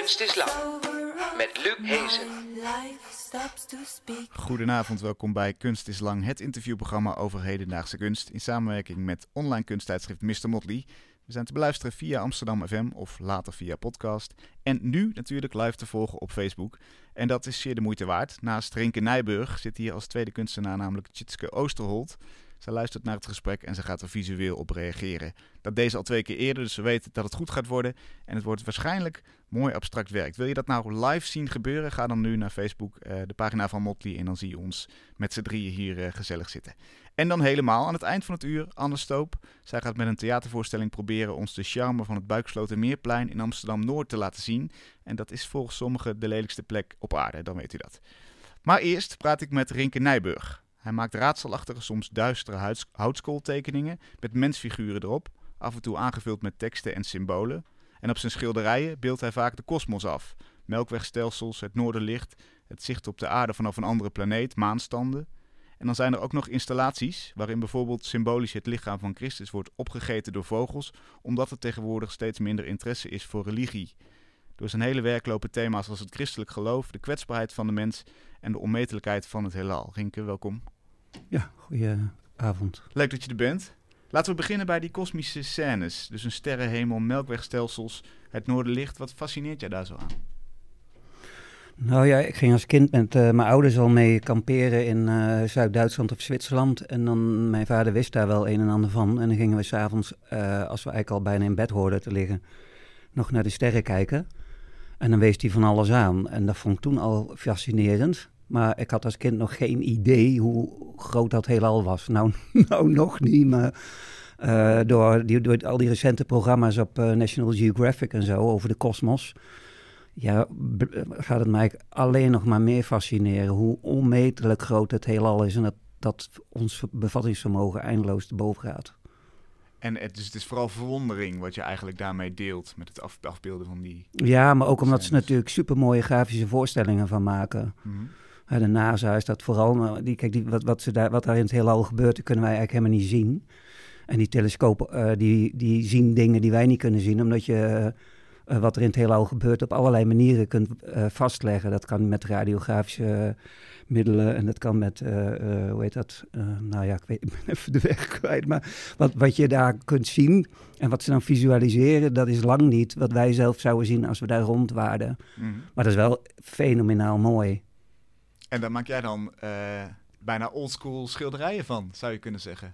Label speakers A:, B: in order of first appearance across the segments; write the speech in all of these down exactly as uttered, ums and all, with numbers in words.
A: Kunst is Lang met Luc Hezen.
B: Goedenavond, welkom bij Kunst is Lang, het interviewprogramma over hedendaagse kunst in samenwerking met online kunsttijdschrift mister Motley. We zijn te beluisteren via Amsterdam F M of later via podcast. En nu natuurlijk live te volgen op Facebook. En dat is zeer de moeite waard. Naast Rinke Nijburg zit hier als tweede kunstenaar namelijk Tjitske Oosterholt. Zij luistert naar het gesprek en ze gaat er visueel op reageren. Dat deed ze al twee keer eerder, dus we weten dat het goed gaat worden. En het wordt waarschijnlijk mooi abstract werk. Wil je dat nou live zien gebeuren? Ga dan nu naar Facebook, uh, de pagina van Motley. En dan zie je ons met z'n drieën hier uh, gezellig zitten. En dan helemaal aan het eind van het uur, Anne Stoop. Zij gaat met een theatervoorstelling proberen ons de charme van het Buikslotermeerplein in Amsterdam-Noord te laten zien. En dat is volgens sommigen de lelijkste plek op aarde, dan weet u dat. Maar eerst praat ik met Rinke Nijburg. Hij maakt raadselachtige, soms duistere huids- houtskooltekeningen met mensfiguren erop, af en toe aangevuld met teksten en symbolen. En op zijn schilderijen beeldt hij vaak de kosmos af. Melkwegstelsels, het noorderlicht, het zicht op de aarde vanaf een andere planeet, maanstanden. En dan zijn er ook nog installaties waarin bijvoorbeeld symbolisch het lichaam van Christus wordt opgegeten door vogels, omdat er tegenwoordig steeds minder interesse is voor religie. Door zijn hele werk lopen thema's als het christelijk geloof, de kwetsbaarheid van de mens en de onmetelijkheid van het heelal. Rinke, welkom.
C: Ja, goedenavond.
B: Leuk dat je er bent. Laten we beginnen bij die kosmische scènes. Dus een sterrenhemel, melkwegstelsels, het noorderlicht. Wat fascineert jij daar zo aan?
C: Nou ja, ik ging als kind met uh, mijn ouders al mee kamperen in uh, Zuid-Duitsland of Zwitserland. En dan, mijn vader wist daar wel een en ander van. En dan gingen we s'avonds, uh, als we eigenlijk al bijna in bed hoorden te liggen, nog naar de sterren kijken. En dan wees hij van alles aan. En dat vond ik toen al fascinerend. Maar ik had als kind nog geen idee hoe groot dat heelal was. Nou, nou nog niet, maar uh, door, die, door al die recente programma's op uh, National Geographic en zo over de kosmos, ja, b- gaat het mij alleen nog maar meer fascineren hoe onmetelijk groot het heelal is en dat, dat ons bevattingsvermogen eindeloos te boven gaat.
B: En het, dus het is vooral verwondering wat je eigenlijk daarmee deelt met het af, afbeelden van die...
C: Ja, maar ook omdat ze natuurlijk supermooie grafische voorstellingen van maken.
B: Mm-hmm.
C: De NASA is dat vooral, die, kijk, die, wat, wat, ze daar, wat daar in het heelal gebeurt, dat kunnen wij eigenlijk helemaal niet zien. En die telescopen, uh, die, die zien dingen die wij niet kunnen zien, omdat je uh, wat er in het heelal gebeurt op allerlei manieren kunt uh, vastleggen. Dat kan met radiografische uh, middelen en dat kan met, uh, uh, hoe heet dat, uh, nou ja, ik, weet, ik ben even de weg kwijt, maar wat, wat je daar kunt zien en wat ze dan visualiseren, dat is lang niet wat wij zelf zouden zien als we daar rond waren.
B: Mm-hmm. Maar
C: dat is wel fenomenaal mooi.
B: En daar maak jij dan uh, bijna oldschool schilderijen van, zou je kunnen zeggen?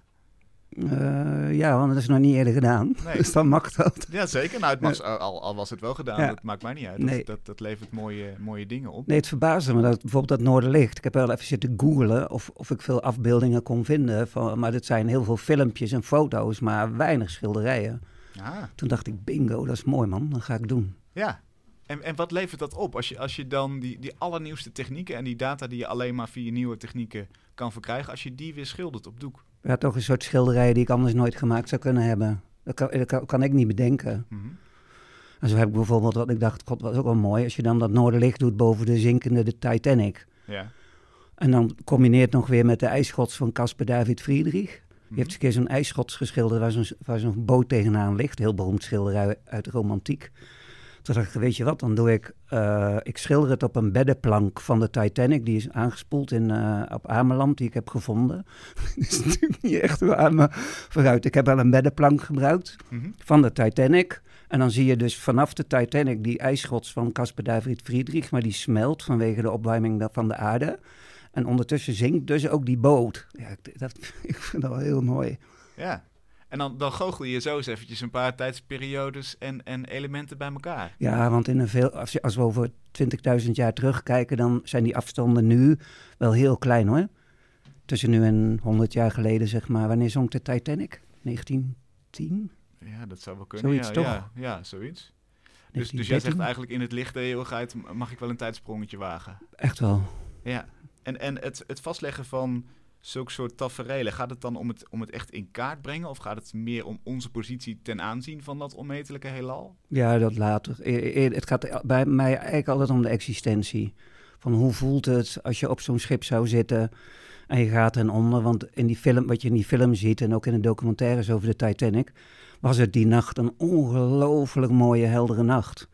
C: Uh, ja, want dat is nog niet eerder gedaan.
B: Nee.
C: Dus dan mag dat.
B: Ja, zeker. Nou, het mag, al, al was het wel gedaan,
C: ja.
B: dat maakt mij niet uit. Dat,
C: Nee.
B: dat, dat levert mooie, mooie dingen op.
C: Nee, het verbaasde me dat bijvoorbeeld dat Noorderlicht. Ik heb wel even zitten googlen of, of ik veel afbeeldingen kon vinden. Van, maar het zijn heel veel filmpjes en foto's, maar weinig schilderijen.
B: Ah.
C: Toen dacht ik, bingo, dat is mooi man, dat ga ik doen.
B: Ja. En, en wat levert dat op als je, als je dan die, die allernieuwste technieken en die data die je alleen maar via nieuwe technieken kan verkrijgen, als je die weer schildert op doek?
C: Ja, toch een soort schilderijen die ik anders nooit gemaakt zou kunnen hebben. Dat kan, dat kan, kan ik niet bedenken.
B: Mm-hmm.
C: En zo heb ik bijvoorbeeld, wat ik dacht, god, wat is ook wel mooi, als je dan dat Noorderlicht doet boven de zinkende de Titanic.
B: Ja.
C: En dan combineert nog weer met de ijsschots van Caspar David Friedrich. Die
B: Mm-hmm.
C: heeft eens een keer zo'n ijsschots geschilderd waar zo'n, waar zo'n boot tegenaan ligt. Heel beroemd schilderij uit de romantiek. Toen dacht ik, weet je wat, dan doe ik, uh, ik schilder het op een beddenplank van de Titanic. Die is aangespoeld in, uh, op Ameland, die ik heb gevonden. Dat is natuurlijk niet echt waar, maar vooruit. Ik heb wel een beddenplank gebruikt
B: Mm-hmm.
C: van de Titanic. En dan zie je dus vanaf de Titanic die ijsschots van Caspar David Friedrich, maar die smelt vanwege de opwarming van de aarde. En ondertussen zinkt dus ook die boot. Ja, dat, ik vind dat wel heel mooi.
B: Ja. En dan, dan goochel je zo eens eventjes een paar tijdsperiodes en, en elementen bij elkaar.
C: Ja, want in een veel, als, je, als we over twintigduizend jaar terugkijken, dan zijn die afstanden nu wel heel klein hoor. Tussen nu en honderd jaar geleden, zeg maar. Wanneer zonk de Titanic? negentien tien?
B: Ja, dat zou wel kunnen.
C: Zoiets
B: ja,
C: toch?
B: Ja, ja, zoiets. Dus, dus jij zegt eigenlijk in het licht der eeuwigheid mag ik wel een tijdsprongetje wagen.
C: Echt wel.
B: Ja, en, en het, het vastleggen van zulke soort taferelen, gaat het dan om het, om het echt in kaart brengen? Of gaat het meer om onze positie ten aanzien van dat onmetelijke heelal?
C: Ja, dat later. Het gaat bij mij eigenlijk altijd om de existentie. Van hoe voelt het als je op zo'n schip zou zitten en je gaat ten onder? Want in die film, wat je in die film ziet en ook in de documentaires over de Titanic, was het die nacht een ongelooflijk mooie, heldere nacht.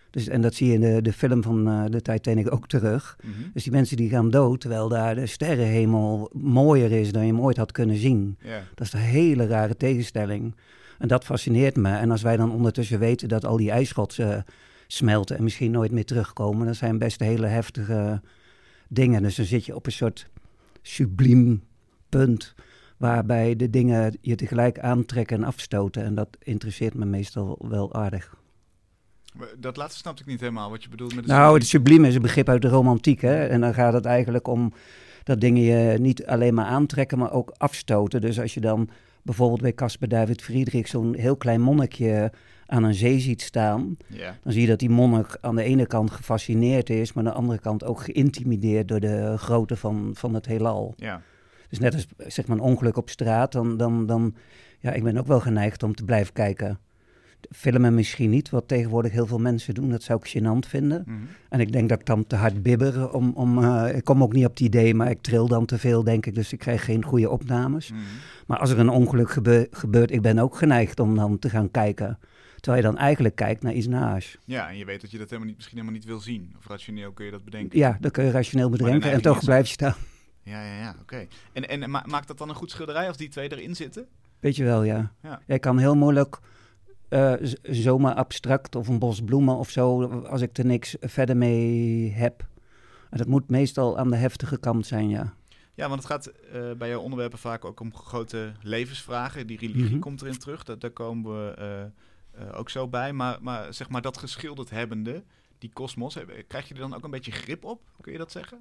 C: Dus, en dat zie je in de, de film van uh, de Titanic ook terug.
B: Mm-hmm.
C: Dus die mensen die gaan dood, terwijl daar de sterrenhemel mooier is dan je hem ooit had kunnen zien.
B: Yeah.
C: Dat is een hele rare tegenstelling. En dat fascineert me. En als wij dan ondertussen weten dat al die ijsschotsen uh, smelten en misschien nooit meer terugkomen, dat zijn best hele heftige dingen. Dus dan zit je op een soort subliem punt waarbij de dingen je tegelijk aantrekken en afstoten. En dat interesseert me meestal wel aardig.
B: Dat laatste snapte ik niet helemaal, wat je bedoelt met...
C: Nou, het subliem is een begrip uit de romantiek, hè. En dan gaat het eigenlijk om dat dingen je niet alleen maar aantrekken, maar ook afstoten. Dus als je dan bijvoorbeeld bij Caspar David Friedrich zo'n heel klein monnikje aan een zee ziet staan,
B: yeah.
C: dan zie je dat die monnik aan de ene kant gefascineerd is, maar aan de andere kant ook geïntimideerd door de grootte van, van het heelal.
B: Yeah.
C: Dus net als zeg maar een ongeluk op straat, dan, dan, dan, ja, ik ben ook wel geneigd om te blijven kijken. Filmen misschien niet, wat tegenwoordig heel veel mensen doen, dat zou ik gênant vinden.
B: Mm-hmm.
C: En ik denk dat ik dan te hard bibber, om, om, uh, ik kom ook niet op het idee, maar ik tril dan te veel, denk ik, dus ik krijg geen goede opnames.
B: Mm-hmm.
C: Maar als er een ongeluk gebe- gebeurt, ik ben ook geneigd om dan te gaan kijken, terwijl je dan eigenlijk kijkt naar iets naars.
B: Ja, en je weet dat je dat helemaal niet, misschien helemaal niet wil zien. Of rationeel kun je dat bedenken.
C: Ja, dat kun je rationeel bedenken en toch blijf je staan.
B: Ja, ja, ja, oké. Okay. En, en ma- maakt dat dan een goed schilderij als die twee erin zitten?
C: Weet je wel, ja.
B: Ja.
C: Jij kan heel moeilijk uh, z- zomaar abstract of een bos bloemen of zo, als ik er niks verder mee heb. En dat moet meestal aan de heftige kant zijn, ja.
B: Ja, want het gaat uh, bij jouw onderwerpen vaak ook om grote levensvragen. Die religie mm-hmm. komt erin terug, dat, daar komen we uh, uh, ook zo bij. Maar, maar zeg maar dat geschilderd hebbende, die kosmos, krijg je er dan ook een beetje grip op? Kun je dat zeggen?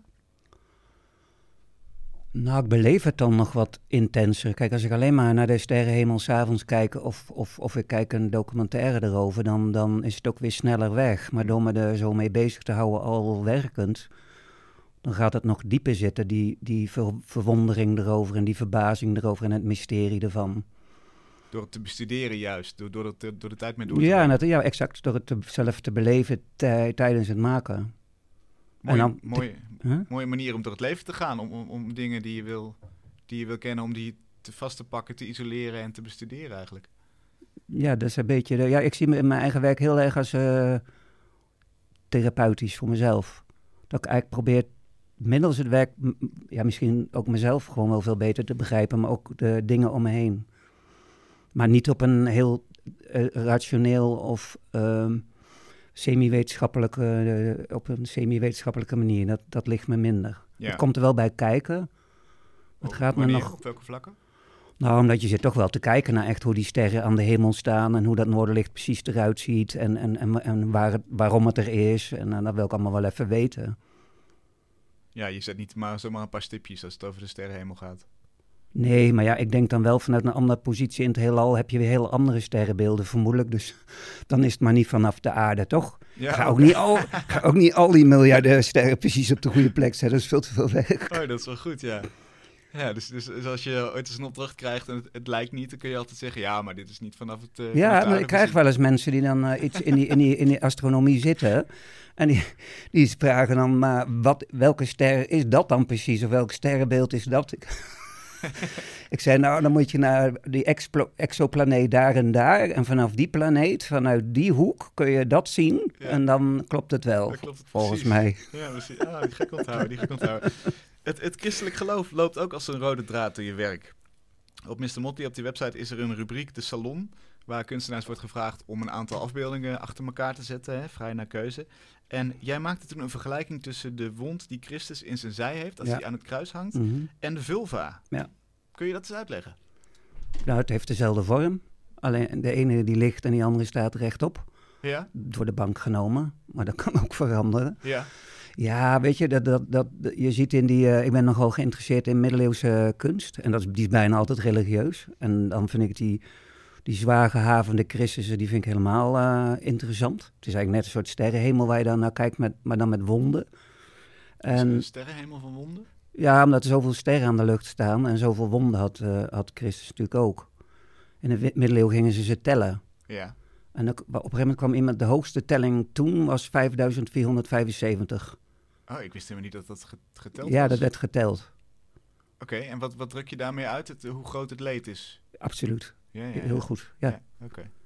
C: Nou, ik beleef het dan nog wat intenser. Kijk, als ik alleen maar naar de sterrenhemel 's avonds kijk of, of, of ik kijk een documentaire erover, dan, dan is het ook weer sneller weg. Maar door me er zo mee bezig te houden, al werkend, dan gaat het nog dieper zitten, die, die ver, verwondering erover en die verbazing erover en het mysterie ervan.
B: Door het te bestuderen juist, door, door, het, door de tijd mee door te
C: ja,
B: gaan.
C: Het, ja, exact. Door het te, zelf te beleven tij, tijdens het maken.
B: Mooie,
C: dan,
B: mooie,
C: huh?
B: mooie manier om door het leven te gaan, om, om, om dingen die je, wil, die je wil kennen, om die te vast te pakken, te isoleren en te bestuderen eigenlijk.
C: Ja, dat is een beetje... De, ja, ik zie me in mijn eigen werk heel erg als uh, therapeutisch voor mezelf. Dat ik eigenlijk probeer middels het werk, m- ja, misschien ook mezelf gewoon wel veel beter te begrijpen, maar ook de dingen om me heen. Maar niet op een heel uh, rationeel of uh, semi-wetenschappelijke, uh, op een semi-wetenschappelijke manier. Dat, dat ligt me minder.
B: Ja.
C: Het komt er wel bij kijken. Het
B: oh,
C: gaat me nog...
B: Op welke vlakken?
C: Nou, omdat je zit toch wel te kijken naar echt hoe die sterren aan de hemel staan en hoe dat noorderlicht precies eruit ziet en, en, en, en waar het, waarom het er is. En uh, dat wil ik allemaal wel even weten.
B: Ja, je zet niet maar zomaar een paar stipjes als het over de sterrenhemel gaat.
C: Nee, maar ja, ik denk dan wel vanuit een andere positie in het heelal heb je weer hele andere sterrenbeelden vermoedelijk. Dus dan is het maar niet vanaf de aarde, toch?
B: Ja,
C: ga,
B: okay.
C: ook niet al, ga ook niet al die miljarden sterren precies op de goede plek zetten. Dat is veel te veel werk.
B: Oh, dat is wel goed, ja. Ja, dus, dus, dus als je ooit eens een opdracht krijgt en het, het lijkt niet, dan kun je altijd zeggen, ja, maar dit is niet vanaf het... Uh,
C: ja,
B: vanaf
C: maar ik krijg wel eens mensen die dan uh, iets in die, in, die, in die astronomie zitten. En die, die vragen dan, maar wat, welke ster is dat dan precies? Of welk sterrenbeeld is dat? Ik zei, nou, dan moet je naar die explo- exoplaneet daar en daar. En vanaf die planeet, vanuit die hoek, kun je dat zien. Ja. En dan klopt het wel,
B: klopt het
C: volgens
B: precies.
C: mij.
B: Ja, precies. Ah, die gek onthouden, die gek onthouden. Het, het christelijk geloof loopt ook als een rode draad door je werk. Op mister Motley, op die website, is er een rubriek, de Salon, waar kunstenaars wordt gevraagd om een aantal afbeeldingen achter elkaar te zetten, hè, vrij naar keuze. En jij maakte toen een vergelijking tussen de wond die Christus in zijn zij heeft, als
C: ja.
B: hij aan het kruis hangt,
C: mm-hmm.
B: en de vulva.
C: Ja.
B: Kun je dat eens uitleggen?
C: Nou, het heeft dezelfde vorm. Alleen de ene die ligt en die andere staat rechtop.
B: Ja?
C: Door de bank genomen, maar dat kan ook veranderen.
B: Ja.
C: Ja, weet je, dat, dat, dat, je ziet in die... Uh, ik ben nogal geïnteresseerd in middeleeuwse kunst. En dat is, die is bijna altijd religieus. En dan vind ik die, die zwaar gehavende Christussen, die vind ik helemaal uh, interessant. Het is eigenlijk net een soort sterrenhemel waar je dan naar kijkt, met, maar dan met wonden.
B: En, een sterrenhemel van wonden?
C: Ja, omdat er zoveel sterren aan de lucht staan en zoveel wonden had, uh, had Christus natuurlijk ook. In de middeleeuwen gingen ze ze tellen.
B: Ja.
C: En op een gegeven moment kwam iemand, de hoogste telling toen was vijfduizend vierhonderdvijfenzeventig.
B: Oh, ik wist helemaal niet dat dat geteld
C: ja,
B: was.
C: Ja, dat werd geteld.
B: Oké, okay, en wat, wat druk je daarmee uit, het, hoe groot het leed is?
C: Absoluut.
B: Ja, ja,
C: Heel
B: ja.
C: goed, ja.
B: ja Oké. Okay.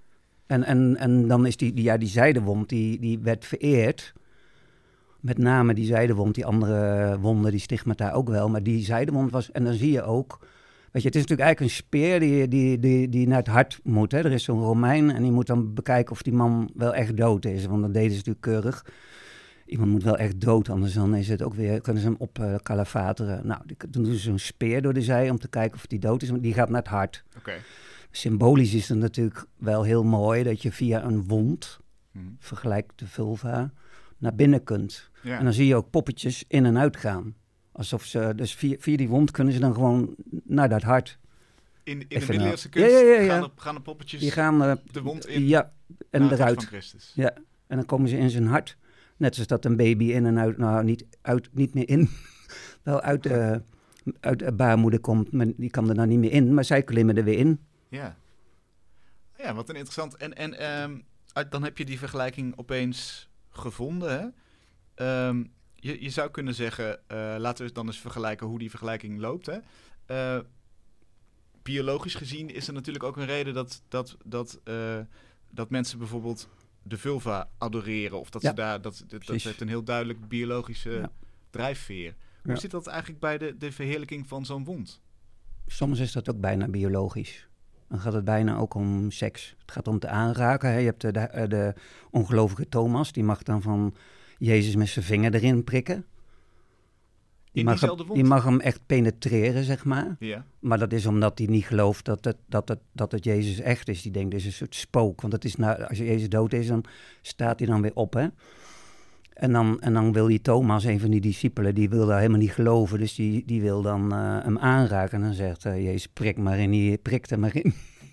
C: En, en, en dan is die, die, ja, die zijdewond, die, die werd vereerd. Met name die zijdewond, die andere wonden, die stigmata ook wel. Maar die zijdewond was, en dan zie je ook... Weet je, het is natuurlijk eigenlijk een speer die, die, die, die naar het hart moet. Hè? Er is zo'n Romein en die moet dan bekijken of die man wel echt dood is. Want dan deden ze natuurlijk keurig. Iemand moet wel echt dood, anders dan is het ook weer, kunnen ze hem op uh, kalafateren. Nou, dan doen ze zo'n speer door de zij om te kijken of die dood is. Maar die gaat naar het hart.
B: Okay.
C: Symbolisch is het natuurlijk wel heel mooi dat je via een wond, hmm. vergelijk de vulva, naar binnen kunt. Ja. En dan zie je ook poppetjes in en uit gaan. Alsof ze, dus via, via die wond kunnen ze dan gewoon naar dat hart.
B: In, in de middeleeuwse kunst
C: ja, ja, ja, ja.
B: Gaan, de, gaan de poppetjes
C: die gaan, uh,
B: de wond in
C: ja, en
B: naar
C: eruit.
B: Van Christus.
C: Ja, en dan komen ze in zijn hart. Net zoals dat een baby in en uit, nou niet, uit, niet meer in, wel uit de, uit de baarmoeder komt. Maar die kan er nou niet meer in, maar zij klimmen er weer in.
B: Ja, ja, wat een interessant. En, en um, dan heb je die vergelijking opeens gevonden, hè? Um, je, je zou kunnen zeggen, uh, laten we dan eens vergelijken hoe die vergelijking loopt, hè? Uh, biologisch gezien is er natuurlijk ook een reden dat, dat, dat, uh, dat mensen bijvoorbeeld de vulva adoreren. Of dat ja, ze daar, dat, dat, dat heeft een heel duidelijk biologische ja. drijfveer. Hoe ja. zit dat eigenlijk bij de, de verheerlijking van zo'n wond?
C: Soms is dat ook bijna biologisch. Dan gaat het bijna ook om seks. Het gaat om te aanraken. Hè. Je hebt de, de, de ongelovige Thomas, die mag dan van Jezus met zijn vinger erin prikken. Die, mag hem, die mag hem echt penetreren, zeg maar.
B: Ja.
C: Maar dat is omdat hij niet gelooft dat het, dat, het, dat het Jezus echt is. Die denkt, dit is een soort spook. Want het is nou, als Jezus dood is, dan staat hij dan weer op, hè. En dan, en dan wil die Thomas, een van die discipelen, die wil daar helemaal niet geloven. Dus die, die wil dan uh, hem aanraken. En dan zegt uh, Jezus, prik maar in, die prikt er maar in.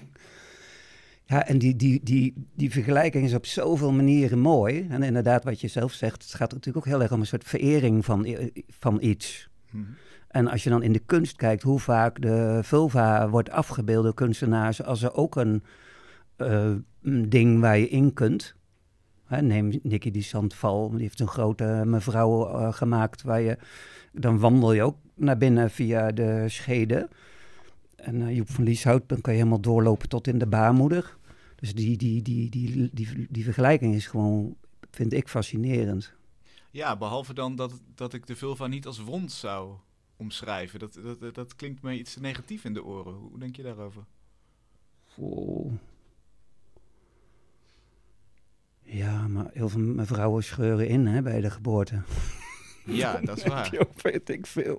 C: Ja, en die, die, die, die vergelijking is op zoveel manieren mooi. En inderdaad, wat je zelf zegt, het gaat natuurlijk ook heel erg om een soort verering van, van iets. Mm-hmm. En als je dan in de kunst kijkt, hoe vaak de vulva wordt afgebeeld door kunstenaars, als er ook een, uh, een ding waar je in kunt. Hè, neem Nicky die Zandval, die heeft een grote mevrouw uh, gemaakt, waar je, dan wandel je ook naar binnen via de schede. En uh, Joep van Lieshout, dan kan je helemaal doorlopen tot in de baarmoeder. Dus die, die, die, die, die, die vergelijking is gewoon, vind ik, fascinerend.
B: Ja, behalve dan dat, dat ik de vulva niet als wond zou omschrijven. Dat, dat, dat klinkt me iets negatief in de oren. Hoe denk je daarover?
C: Oh. Ja, maar heel veel mevrouwen scheuren in, hè, bij de geboorte.
B: Ja, dat is waar.
C: Dat weet ik veel.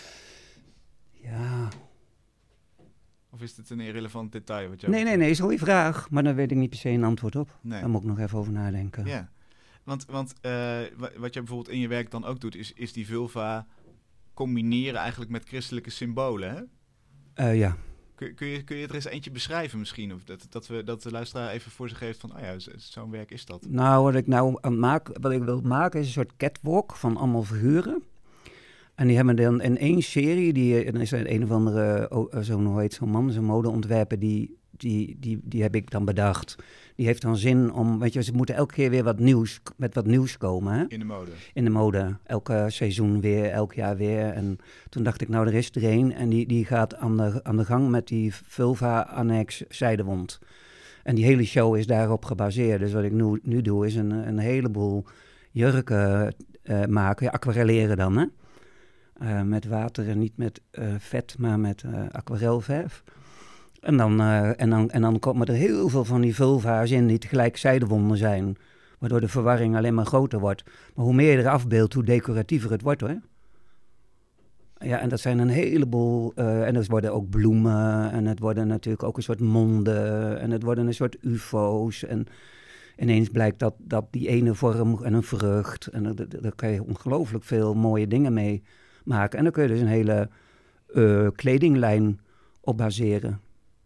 C: Ja...
B: Of is het een irrelevant detail? Wat
C: nee, nee, nee, nee, is een goede vraag. Maar daar weet ik niet per se een antwoord op.
B: Nee.
C: Daar moet ik nog even over nadenken.
B: Ja, want, want uh, wat jij bijvoorbeeld in je werk dan ook doet, is, is die vulva combineren eigenlijk met christelijke symbolen, hè?
C: Uh, ja.
B: Kun, kun, je, kun je er eens eentje beschrijven misschien? Of dat, dat, we, dat de luisteraar even voor zich heeft van, oh ja, zo, zo'n werk is dat.
C: Nou, wat ik nou aan het maken, wat ik wil maken is een soort catwalk van allemaal figuren. En die hebben dan in één serie, die en is er een of andere, oh, zo'n, hoe heet zo'n man, zo'n modeontwerper, die, die, die, die heb ik dan bedacht. Die heeft dan zin om, weet je, ze moeten elke keer weer wat nieuws, met wat nieuws komen. Hè?
B: In de mode.
C: In de mode. Elke seizoen weer, elk jaar weer. En toen dacht ik, nou, er is er een en die, die gaat aan de, aan de gang met die vulva-annex zijdewond. En die hele show is daarop gebaseerd. Dus wat ik nu, nu doe, is een, een heleboel jurken uh, maken, ja, aquarelleren dan, hè. Uh, met water en niet met uh, vet, maar met uh, aquarelverf. En dan, uh, en, dan, en dan komen er heel veel van die vulva's in die tegelijk zijdewonden zijn. Waardoor de verwarring alleen maar groter wordt. Maar hoe meer je er afbeeldt, hoe decoratiever het wordt, hoor. Ja, en dat zijn een heleboel... Uh, en er worden ook bloemen. En het worden natuurlijk ook een soort monden. En het worden een soort ufo's. En ineens blijkt dat, dat die ene vorm en een vrucht. En daar kan je ongelooflijk veel mooie dingen mee maken. En dan kun je dus een hele uh, kledinglijn op baseren.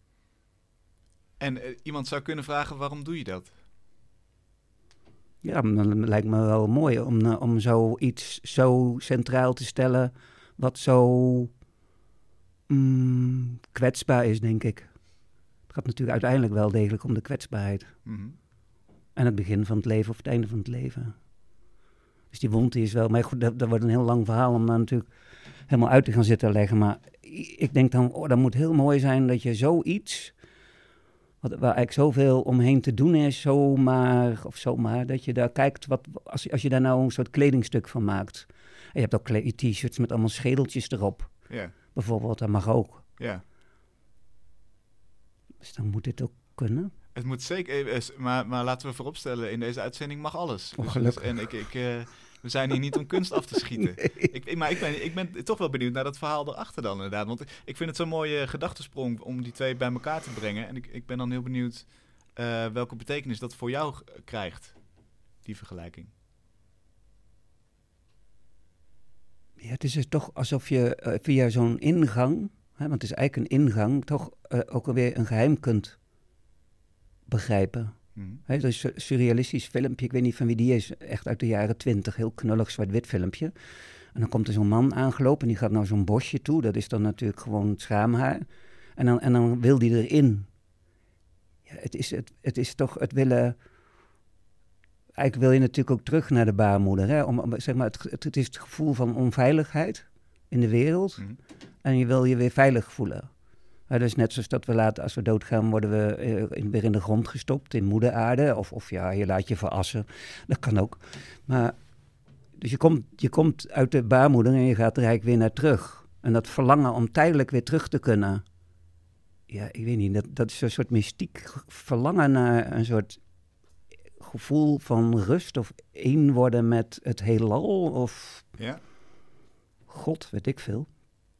B: En uh, iemand zou kunnen vragen, waarom doe je dat?
C: Ja, dan lijkt me wel mooi om, uh, om zoiets zo centraal te stellen wat zo mm, kwetsbaar is, denk ik. Het gaat natuurlijk uiteindelijk wel degelijk om de kwetsbaarheid. Mm-hmm. En het begin van het leven of het einde van het leven. Dus die wond die is wel... Maar goed, dat, dat wordt een heel lang verhaal om daar natuurlijk helemaal uit te gaan zitten leggen. Maar ik denk dan, oh, dat moet heel mooi zijn dat je zoiets Wat, waar eigenlijk zoveel omheen te doen is, zomaar, of zomaar, dat je daar kijkt, wat, als, je- als je daar nou een soort kledingstuk van maakt. En je hebt ook kle- t-shirts met allemaal schedeltjes erop,
B: Ja,
C: bijvoorbeeld, dat mag ook.
B: ja.
C: Dus dan moet dit ook kunnen.
B: Het moet zeker, eh, eh, maar, maar laten we vooropstellen, in deze uitzending mag alles.
C: Oh,
B: Dus-
C: gelukkig.
B: en ik, ik, eh, we zijn hier niet om kunst af te schieten. Ik, ik- maar ik ben, ik ben toch wel benieuwd naar dat verhaal erachter dan inderdaad. Want ik vind het zo'n mooie gedachtesprong om die twee bij elkaar te brengen. En ik, ik ben dan heel benieuwd eh, welke betekenis dat voor jou g- krijgt, die vergelijking.
C: Ja, het is dus toch alsof je eh, via zo'n ingang, hè, want het is eigenlijk een ingang, toch eh, ook alweer een geheim kunt begrijpen.
B: Mhm.
C: Hè, dat is een surrealistisch filmpje, ik weet niet van wie die is, echt uit de jaren twintig, heel knullig zwart-wit filmpje. En dan komt er zo'n man aangelopen en die gaat naar zo'n bosje toe, dat is dan natuurlijk gewoon het schaamhaar. En dan, en dan wil die erin. Ja, het, is, het, het is toch het willen... Eigenlijk wil je natuurlijk ook terug naar de baarmoeder. Hè? Om, om, zeg maar, het, het, het is het gevoel van onveiligheid in de wereld.
B: Mhm.
C: En je wil je weer veilig voelen. Hè, dus net zoals dat we later, als we doodgaan, worden we eh, in, weer in de grond gestopt, in moeder aarde. Of, of ja, je laat je verassen. Dat kan ook. Maar, dus je komt, je komt uit de baarmoeder en je gaat er eigenlijk weer naar terug. En dat verlangen om tijdelijk weer terug te kunnen. Ja, ik weet niet, dat, dat is een soort mystiek verlangen naar een soort gevoel van rust of één worden met het heelal of
B: Ja?
C: God, weet ik veel.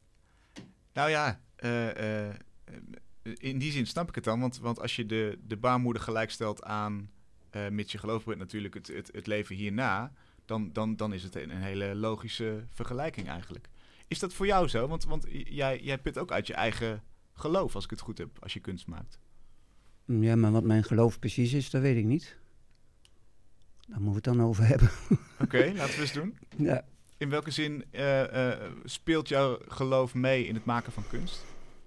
B: Nou ja, eh, eh, in die zin snap ik het dan. Want, want als je de, de baarmoeder gelijkstelt aan, uh, mits je geloof hebt natuurlijk, het, het, het leven hierna, dan, dan, dan is het een, een hele logische vergelijking eigenlijk. Is dat voor jou zo? Want, want jij, jij put ook uit je eigen geloof, als ik het goed heb, als je kunst maakt.
C: Ja, maar wat mijn geloof precies is, dat weet ik niet. Daar moeten we het dan over hebben.
B: Oké, okay, laten we eens doen.
C: Ja.
B: In welke zin uh, uh, speelt jouw geloof mee in het maken van kunst?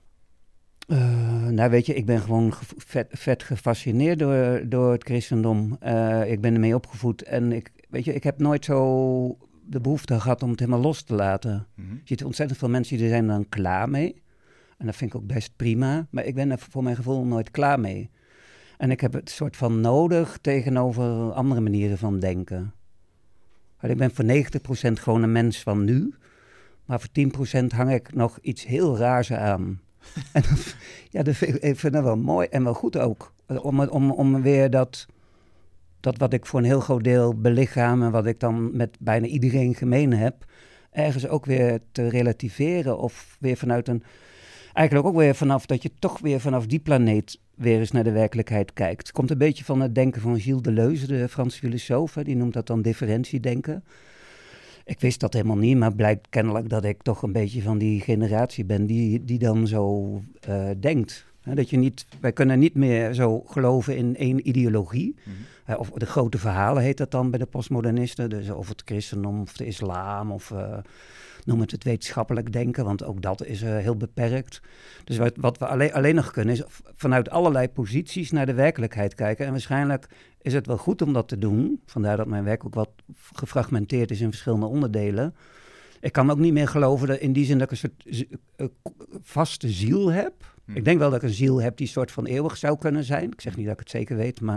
C: Uh, nou weet je, ik ben gewoon ge- vet, vet gefascineerd door, door het christendom. Uh, ik ben ermee opgevoed en ik, weet je, ik heb nooit zo de behoefte gehad om het helemaal los te laten.
B: Mm-hmm.
C: Je ziet ontzettend veel mensen die er zijn dan klaar mee. En dat vind ik ook best prima. Maar ik ben er voor mijn gevoel nooit klaar mee. En ik heb het soort van nodig tegenover andere manieren van denken. Ik ben voor negentig procent gewoon een mens van nu. Maar voor tien procent hang ik nog iets heel raars aan. En dat, ja, dat vind ik, ik vind dat wel mooi en wel goed ook. Om, om, om weer dat, dat wat ik voor een heel groot deel belichaam en wat ik dan met bijna iedereen gemeen heb, ergens ook weer te relativeren of weer vanuit een... Eigenlijk ook weer vanaf dat je toch weer vanaf die planeet weer eens naar de werkelijkheid kijkt. Het komt een beetje van het denken van Gilles Deleuze, de Franse filosoof. Hè, die noemt dat dan differentiedenken. Ik wist dat helemaal niet, maar blijkt kennelijk dat ik toch een beetje van die generatie ben die, die dan zo uh, denkt. Hè, dat je niet, wij kunnen niet meer zo geloven in één ideologie. Mm-hmm. Uh, of de grote verhalen heet dat dan bij de postmodernisten. Dus of het christendom of de islam of... Uh, noem het het wetenschappelijk denken, want ook dat is uh, heel beperkt. Dus wat, wat we alleen, alleen nog kunnen is vanuit allerlei posities naar de werkelijkheid kijken. En waarschijnlijk is het wel goed om dat te doen. Vandaar dat mijn werk ook wat gefragmenteerd is in verschillende onderdelen. Ik kan ook niet meer geloven dat in die zin dat ik een soort uh, vaste ziel heb. Hmm. Ik denk wel dat ik een ziel heb die soort van eeuwig zou kunnen zijn. Ik zeg niet dat ik het zeker weet, maar...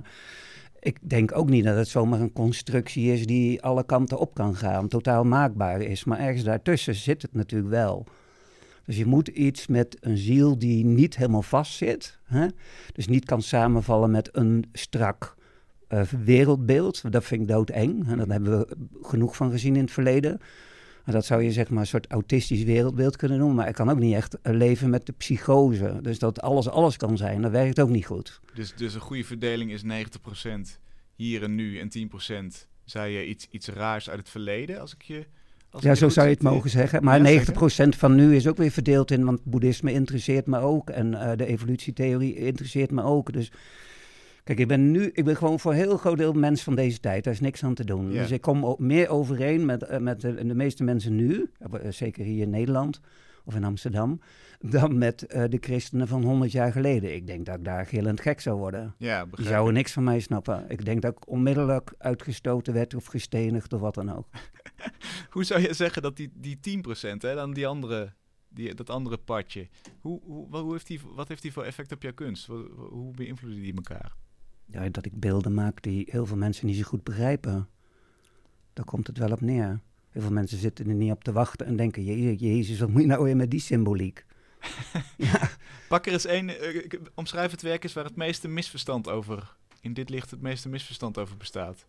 C: Ik denk ook niet dat het zomaar een constructie is die alle kanten op kan gaan, totaal maakbaar is. Maar ergens daartussen zit het natuurlijk wel. Dus je moet iets met een ziel die niet helemaal vast zit. Hè? Dus niet kan samenvallen met een strak uh, wereldbeeld. Dat vind ik doodeng. Hè? Daar hebben we genoeg van gezien in het verleden. En dat zou je zeg maar een soort autistisch wereldbeeld kunnen noemen. Maar ik kan ook niet echt leven met de psychose. Dus dat alles alles kan zijn, dat werkt ook niet goed.
B: Dus, dus een goede verdeling is negentig procent hier en nu en tien procent zei je iets, iets raars uit het verleden, als ik je... Als
C: ja,
B: ik
C: zo zou je het
B: zit,
C: mogen zeggen. Maar
B: ja,
C: negentig procent van nu is ook weer verdeeld in, want boeddhisme interesseert me ook. En uh, de evolutietheorie interesseert me ook. Dus kijk, ik ben nu, ik ben gewoon voor een heel groot deel mens van deze tijd. Daar is niks aan te doen.
B: Ja.
C: Dus ik kom ook meer overeen met, uh, met de, de meeste mensen nu, uh, zeker hier in Nederland of in Amsterdam, dan met uh, de christenen van honderd jaar geleden. Ik denk dat ik daar gillend gek zou worden.
B: Ja,
C: die zouden niks van mij snappen. Ik denk dat ik onmiddellijk uitgestoten werd of gestenigd of wat dan ook.
B: Hoe zou je zeggen dat die, die tien procent, hè, dan die andere die, dat andere padje. Hoe, hoe, wat, hoe heeft die, wat heeft die voor effect op jouw kunst? Hoe, hoe beïnvloeden die elkaar?
C: Ja, dat ik beelden maak die heel veel mensen niet zo goed begrijpen. Daar komt het wel op neer. Heel veel mensen zitten er niet op te wachten en denken... Jezus, Jezus wat moet je nou weer met die symboliek? Ja.
B: Pak er eens één, uh, omschrijf het werk eens waar het meeste misverstand over... in dit licht het meeste misverstand over bestaat.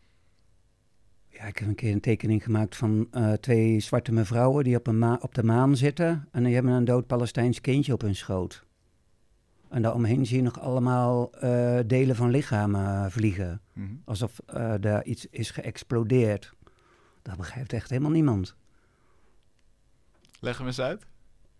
C: Ja, ik heb een keer een tekening gemaakt van uh, twee zwarte mevrouwen... die op, een ma- op de maan zitten... en die hebben een dood Palestijns kindje op hun schoot. En daaromheen zie je nog allemaal uh, delen van lichamen vliegen. Mm-hmm. Alsof uh, daar iets is geëxplodeerd. Dat begrijpt echt helemaal niemand.
B: Leg hem eens uit.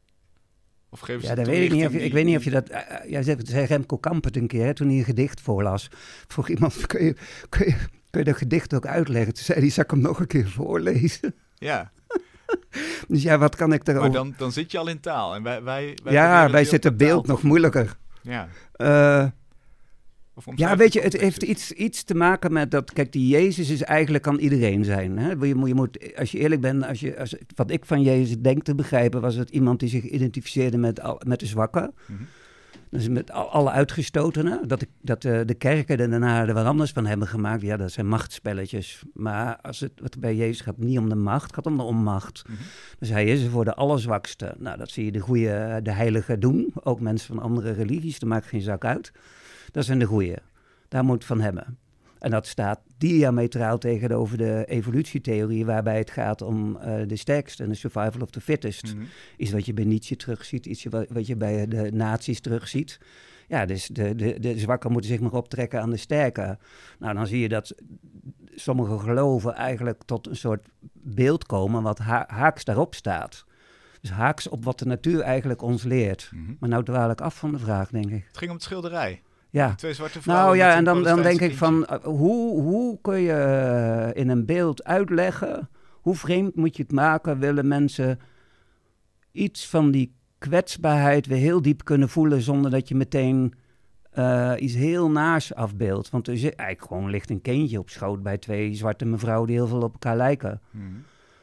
B: Of geef
C: ja, dat weet ik niet. Of je, die, ik weet niet of je dat... Uh, ja, zei Remco Kampert een keer, hè, toen hij een gedicht voorlas. Vroeg iemand, kun je, kun, je, kun je dat gedicht ook uitleggen? Toen zei hij, zal ik hem nog een keer voorlezen?
B: Ja.
C: Dus ja, wat kan ik daarover...
B: Maar dan, dan zit je al in taal. En wij, wij, wij
C: ja, wij zitten beeld nog moeilijker.
B: Ja.
C: Uh, ja, weet je, het heeft iets, iets te maken met dat... Kijk, die Jezus is eigenlijk kan iedereen zijn. Hè? Je, moet, je moet, als je eerlijk bent, als je, als, wat ik van Jezus denk te begrijpen... was het iemand die zich identificeerde met, al, met de zwakken. Mm-hmm. Dus met al, alle uitgestotenen. Dat, de, dat de, de kerken er daarna er wat anders van hebben gemaakt. Ja, dat zijn machtsspelletjes. Maar als het, het bij Jezus gaat niet om de macht, het gaat om de onmacht. Mm-hmm. Dus hij is er voor de allerzwakste. Nou, dat zie je de goede, de heiligen doen. Ook mensen van andere religies, dat maakt geen zak uit. Dat zijn de goeie. Daar moet het van hebben. En dat staat diametraal tegenover de evolutietheorie... waarbij het gaat om uh, de sterkste en de survival of the fittest. Mm-hmm. Iets wat je bij Nietzsche terugziet, iets wat, wat je bij de nazi's terugziet. Ja, dus de, de, de zwakken moeten zich maar optrekken aan de sterke. Nou, dan zie je dat sommige geloven eigenlijk tot een soort beeld komen... wat ha- haaks daarop staat. Dus haaks op wat de natuur eigenlijk ons leert. Mm-hmm. Maar nou dwaal ik af van de vraag, denk ik.
B: Het ging om het schilderij.
C: Ja.
B: Twee zwarte vrouwen.
C: Nou ja, en dan, dan denk ik van, uh, hoe, hoe kun je uh, in een beeld uitleggen, hoe vreemd moet je het maken, willen mensen iets van die kwetsbaarheid weer heel diep kunnen voelen, zonder dat je meteen uh, iets heel naars afbeeldt. Want er is eigenlijk gewoon ligt een kindje op schoot bij twee zwarte mevrouwen die heel veel op elkaar lijken. Hmm.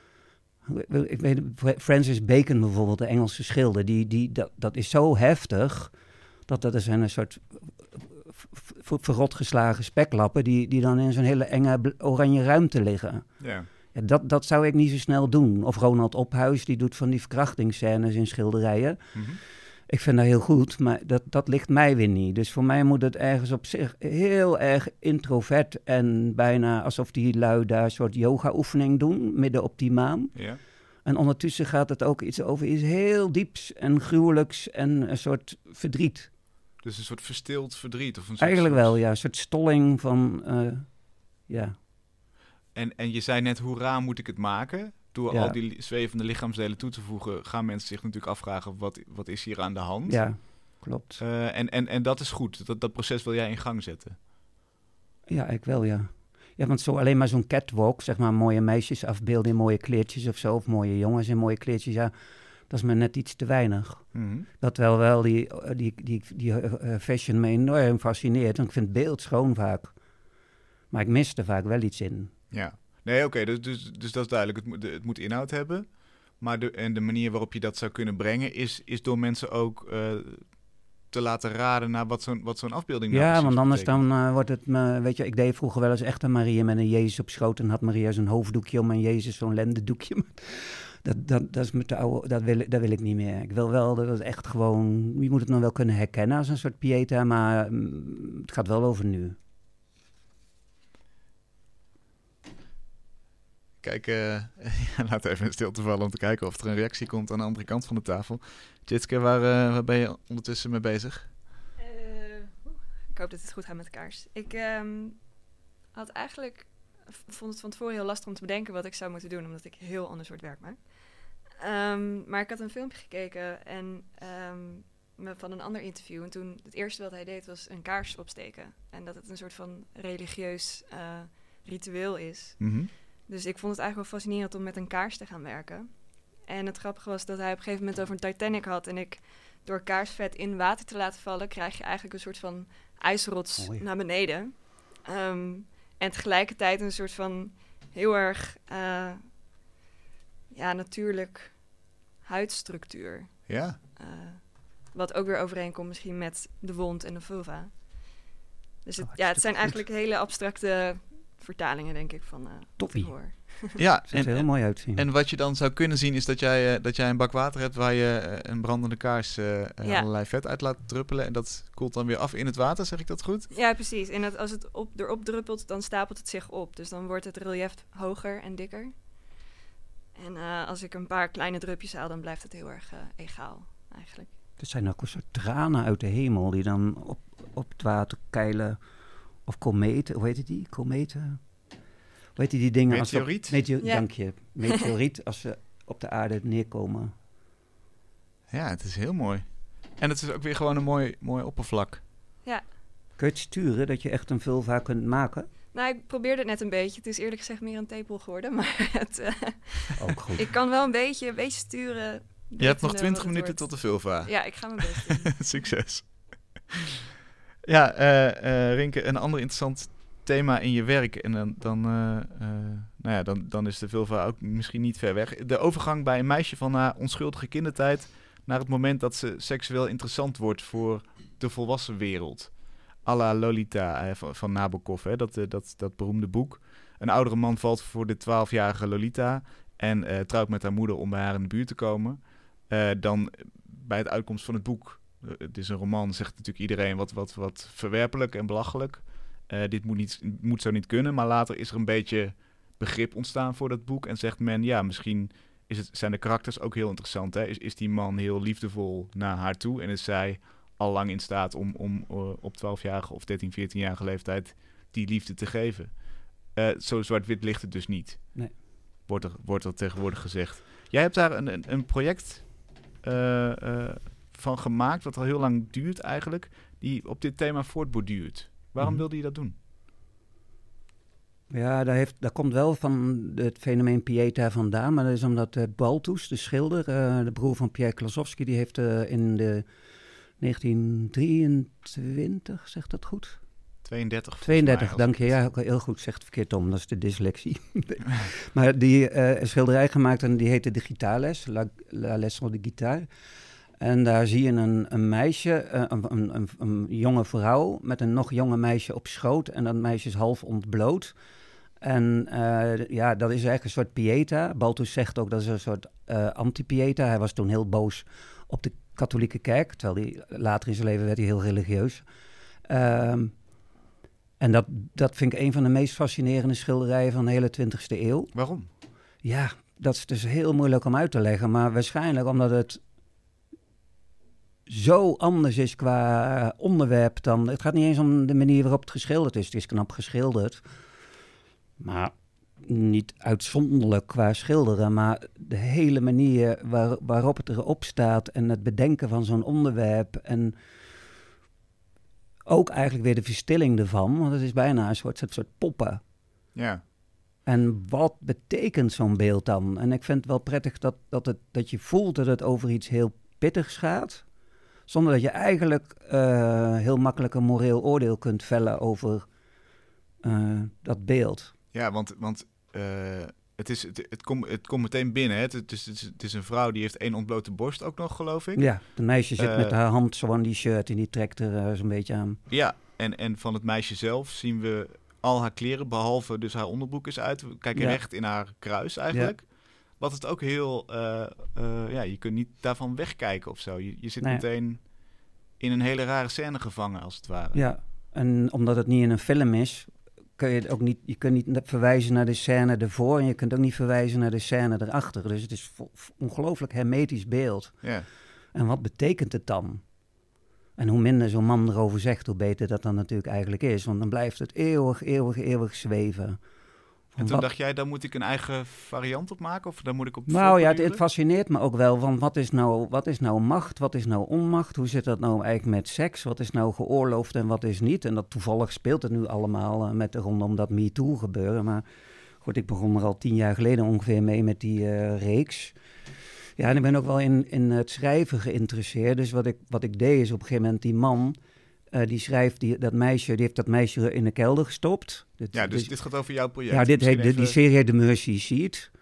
C: Ik weet, Francis Bacon bijvoorbeeld, de Engelse schilder, die, die, dat, dat is zo heftig, dat dat is een soort verrot geslagen speklappen die, die dan in zo'n hele enge oranje ruimte liggen.
B: Ja.
C: Ja, dat, dat zou ik niet zo snel doen. Of Ronald Ophuis, die doet van die verkrachtingsscènes in schilderijen. Mm-hmm. Ik vind dat heel goed, maar dat, dat ligt mij weer niet. Dus voor mij moet het ergens op zich heel erg introvert en bijna alsof die lui daar een soort yoga-oefening doen, midden op die maan.
B: Ja.
C: En ondertussen gaat het ook iets over iets heel dieps en gruwelijks en een soort verdriet.
B: Dus een soort verstild verdriet? Of een soort
C: Eigenlijk wel, ja. Een soort stolling van, uh, ja.
B: En, en je zei net, hoe raar moet ik het maken? Door
C: ja.
B: al die zwevende lichaamsdelen toe te voegen, gaan mensen zich natuurlijk afvragen, wat, wat is hier aan de hand?
C: Ja, klopt.
B: Uh, en, en, en dat is goed. Dat, dat proces wil jij in gang zetten?
C: Ja, ik wel, ja. Ja, want zo alleen maar zo'n catwalk, zeg maar, mooie meisjes afbeelden in mooie kleertjes of zo, of mooie jongens in mooie kleertjes, ja. Dat is me net iets te weinig. Mm-hmm. Dat wel wel die, die, die, die uh, fashion me enorm fascineert. Want ik vind het beeld schoon vaak. Maar ik mis er vaak wel iets in.
B: Ja, nee, oké. Okay, dus, dus, dus dat is duidelijk. Het moet, het moet inhoud hebben. Maar de, en de manier waarop je dat zou kunnen brengen... is, is door mensen ook uh, te laten raden naar wat zo'n, wat zo'n afbeelding nou
C: ja, want anders
B: betekent.
C: dan uh, wordt het... me, weet je, ik deed vroeger wel eens echt een Maria met een Jezus op schoot... en had Maria zo'n hoofddoekje om en Jezus zo'n lendendoekje... Dat, dat, dat is met de oude, dat wil, dat wil ik niet meer. Ik wil wel dat het echt gewoon... Je moet het nog wel kunnen herkennen als een soort pieta, maar mm, het gaat wel over nu.
B: Kijk, uh, ja, laat even in stilte vallen om te kijken of er een reactie komt aan de andere kant van de tafel. Jitske, waar, uh, waar ben je ondertussen mee bezig?
D: Uh, ik hoop dat het goed gaat met de kaars. Ik um, had eigenlijk... vond het van tevoren heel lastig om te bedenken wat ik zou moeten doen, omdat ik heel ander soort werk maak. Um, maar ik had een filmpje gekeken en um, van een ander interview. En toen het eerste wat hij deed was een kaars opsteken. En dat het een soort van religieus uh, ritueel is. Mm-hmm. Dus ik vond het eigenlijk wel fascinerend om met een kaars te gaan werken. En het grappige was dat hij op een gegeven moment over een Titanic had. En ik door kaarsvet in water te laten vallen, krijg je eigenlijk een soort van ijsrots Mooi. naar beneden. Um, En tegelijkertijd een soort van heel erg uh, ja, natuurlijk huidstructuur.
B: Ja.
D: Uh, wat ook weer overeenkomt misschien met de wond en de vulva. Dus het,
C: Oh,
D: ja, het zijn
C: goed.
D: eigenlijk hele abstracte vertalingen, denk ik, van uh,
C: Toppie.
D: wat ik hoor.
B: Ja,
C: Het ziet er heel
B: en,
C: mooi uitzien.
B: en wat je dan zou kunnen zien is dat jij, uh, dat jij een bak water hebt waar je uh, een brandende kaars uh, uh,
D: Ja.
B: allerlei vet uit laat druppelen. En dat koelt dan weer af in het water, zeg ik dat goed?
D: Ja, precies. En het, als het op, erop druppelt, dan stapelt het zich op. Dus dan wordt het relief hoger en dikker. En uh, als ik een paar kleine drupjes haal, dan blijft het heel erg uh, egaal, eigenlijk.
C: Het zijn ook een soort tranen uit de hemel die dan op, op het water keilen. Of kometen, hoe heet het die? Kometen? Hoe heet die, die dingen? als ze op-
B: Meteoriet?
C: Meteo-
D: Ja.
C: Dank je. Meteoriet als ze op de aarde neerkomen.
B: Ja, het is heel mooi. En het is ook weer gewoon een mooi, mooi oppervlak.
D: Ja.
C: Kun je het sturen dat je echt een vulva kunt maken?
D: Nou, ik probeerde het net een beetje. Het is eerlijk gezegd meer een tepel geworden. Maar het, uh,
C: Ook goed.
D: ik kan wel een beetje, een beetje sturen.
B: Je hebt nog
D: wetende
B: twintig
D: wat het
B: minuten tot
D: wordt.
B: de vulva.
D: Ja, ik ga mijn best doen.
B: Succes. Ja, eh eh Rinke, een ander interessant thema in je werk. En dan, dan, eh, eh, nou ja, dan, dan is de vulva ook misschien niet ver weg. De overgang bij een meisje van haar onschuldige kindertijd naar het moment dat ze seksueel interessant wordt voor de volwassen wereld. À la Lolita eh, van, van Nabokov, hè, dat, eh, dat, dat beroemde boek. Een oudere man valt voor de twaalfjarige Lolita en eh, trouwt met haar moeder om bij haar in de buurt te komen. Uh, dan bij het uitkomst van het boek, uh, het is een roman, zegt natuurlijk iedereen wat, wat, wat verwerpelijk en belachelijk. Uh, dit moet, niet, moet zo niet kunnen, maar later is er een beetje begrip ontstaan voor dat boek. En zegt men, ja, misschien is het, zijn de karakters ook heel interessant. Hè? Is, is die man heel liefdevol naar haar toe en is zij al lang in staat om, om uh, op twaalfjarige of dertien, veertienjarige leeftijd die liefde te geven. Uh, zo zwart-wit ligt het dus niet.
C: Nee.
B: Wordt er, wordt er tegenwoordig gezegd. Jij hebt daar een, een, een project uh, uh, van gemaakt, wat al heel lang duurt eigenlijk, die op dit thema voortborduurt. Waarom
C: Mhm.
B: wilde je dat doen?
C: Ja, daar, heeft, daar komt wel van het fenomeen Pieta vandaan, maar dat is omdat uh, Balthus, de schilder, uh, de broer van Pierre Klasowski, die heeft uh, in de negentien drieëntwintig, zegt dat goed?
B: tweeëndertig.
C: tweeëndertig,
B: mij,
C: dank je. Ja, heel goed, zegt verkeerd om, dat is de dyslexie. Maar die uh, een schilderij gemaakt en die heette De Gitaarles, La, La Leçon de Guitare. En daar zie je een, een meisje, uh, een, een, een, een jonge vrouw met een nog jonge meisje op schoot. En dat meisje is half ontbloot. En uh, ja, dat is eigenlijk een soort Pieta. Balthus zegt ook dat is een soort uh, anti-Pieta. Hij was toen heel boos op de katholieke kerk. Terwijl hij later in zijn leven werd hij heel religieus. Um, en dat, dat vind ik een van de meest fascinerende schilderijen van de hele twintigste eeuw.
B: Waarom?
C: Ja, dat is dus heel moeilijk om uit te leggen. Maar waarschijnlijk omdat het zo anders is qua onderwerp dan... Het gaat niet eens om de manier waarop het geschilderd is. Het is knap geschilderd. Maar niet uitzonderlijk qua schilderen. Maar de hele manier waar, waarop het erop staat en het bedenken van zo'n onderwerp... en ook eigenlijk weer de verstilling ervan. Want het is bijna een soort, een soort poppen.
B: Ja.
C: En wat betekent zo'n beeld dan? En ik vind het wel prettig dat, dat, het, dat je voelt dat het over iets heel pittigs gaat... zonder dat je eigenlijk uh, heel makkelijk een moreel oordeel kunt vellen over uh, dat beeld.
B: Ja, want, want uh, het, is, het, het, komt het komt meteen binnen. Hè? Het, het, is, het is een vrouw die heeft één ontblote borst ook nog, geloof ik.
C: Ja, de meisje zit
B: Uh,
C: met haar hand zo aan die shirt en die trekt er uh, zo'n beetje aan.
B: Ja, en, en van het meisje zelf zien we al haar kleren, behalve dus haar onderbroek is uit. We kijken
C: Ja.
B: recht in haar kruis eigenlijk. Ja. Wat het ook heel... Uh, uh, ja, je kunt niet daarvan wegkijken of zo. Je, je zit
C: Nee.
B: meteen in een hele rare scène gevangen, als het ware.
C: Ja, en omdat het niet in een film is, kun je het ook niet, je kunt niet verwijzen naar de scène ervoor en je kunt ook niet verwijzen naar de scène erachter. Dus het is vo- ongelooflijk hermetisch beeld.
B: Ja.
C: En wat betekent het dan? En hoe minder zo'n man erover zegt, hoe beter dat dan natuurlijk eigenlijk is. Want dan blijft het eeuwig, eeuwig, eeuwig zweven.
B: En toen
C: wat...
B: dacht jij, daar moet ik een eigen variant op maken? Of daar moet ik op
C: Nou ja, het,
B: voortborduren?
C: het fascineert me ook wel van wat is, nou, wat is nou macht, wat is nou onmacht? Hoe zit dat nou eigenlijk met seks? Wat is nou geoorloofd en wat is niet? En dat toevallig speelt het nu allemaal uh, met rondom dat MeToo gebeuren. Maar goed, ik begon er al tien jaar geleden ongeveer mee met die uh, reeks. Ja, en ik ben ook wel in, in het schrijven geïnteresseerd. Dus wat ik, wat ik deed is op een gegeven moment die man... Uh, die schrijft, die, dat meisje, die heeft dat meisje in de kelder gestopt. Dit,
B: Ja, dus
C: dit,
B: dit gaat over jouw project.
C: ja, dit heet,
B: Misschien
C: de,
B: even...
C: die serie heet The Mercy Seat.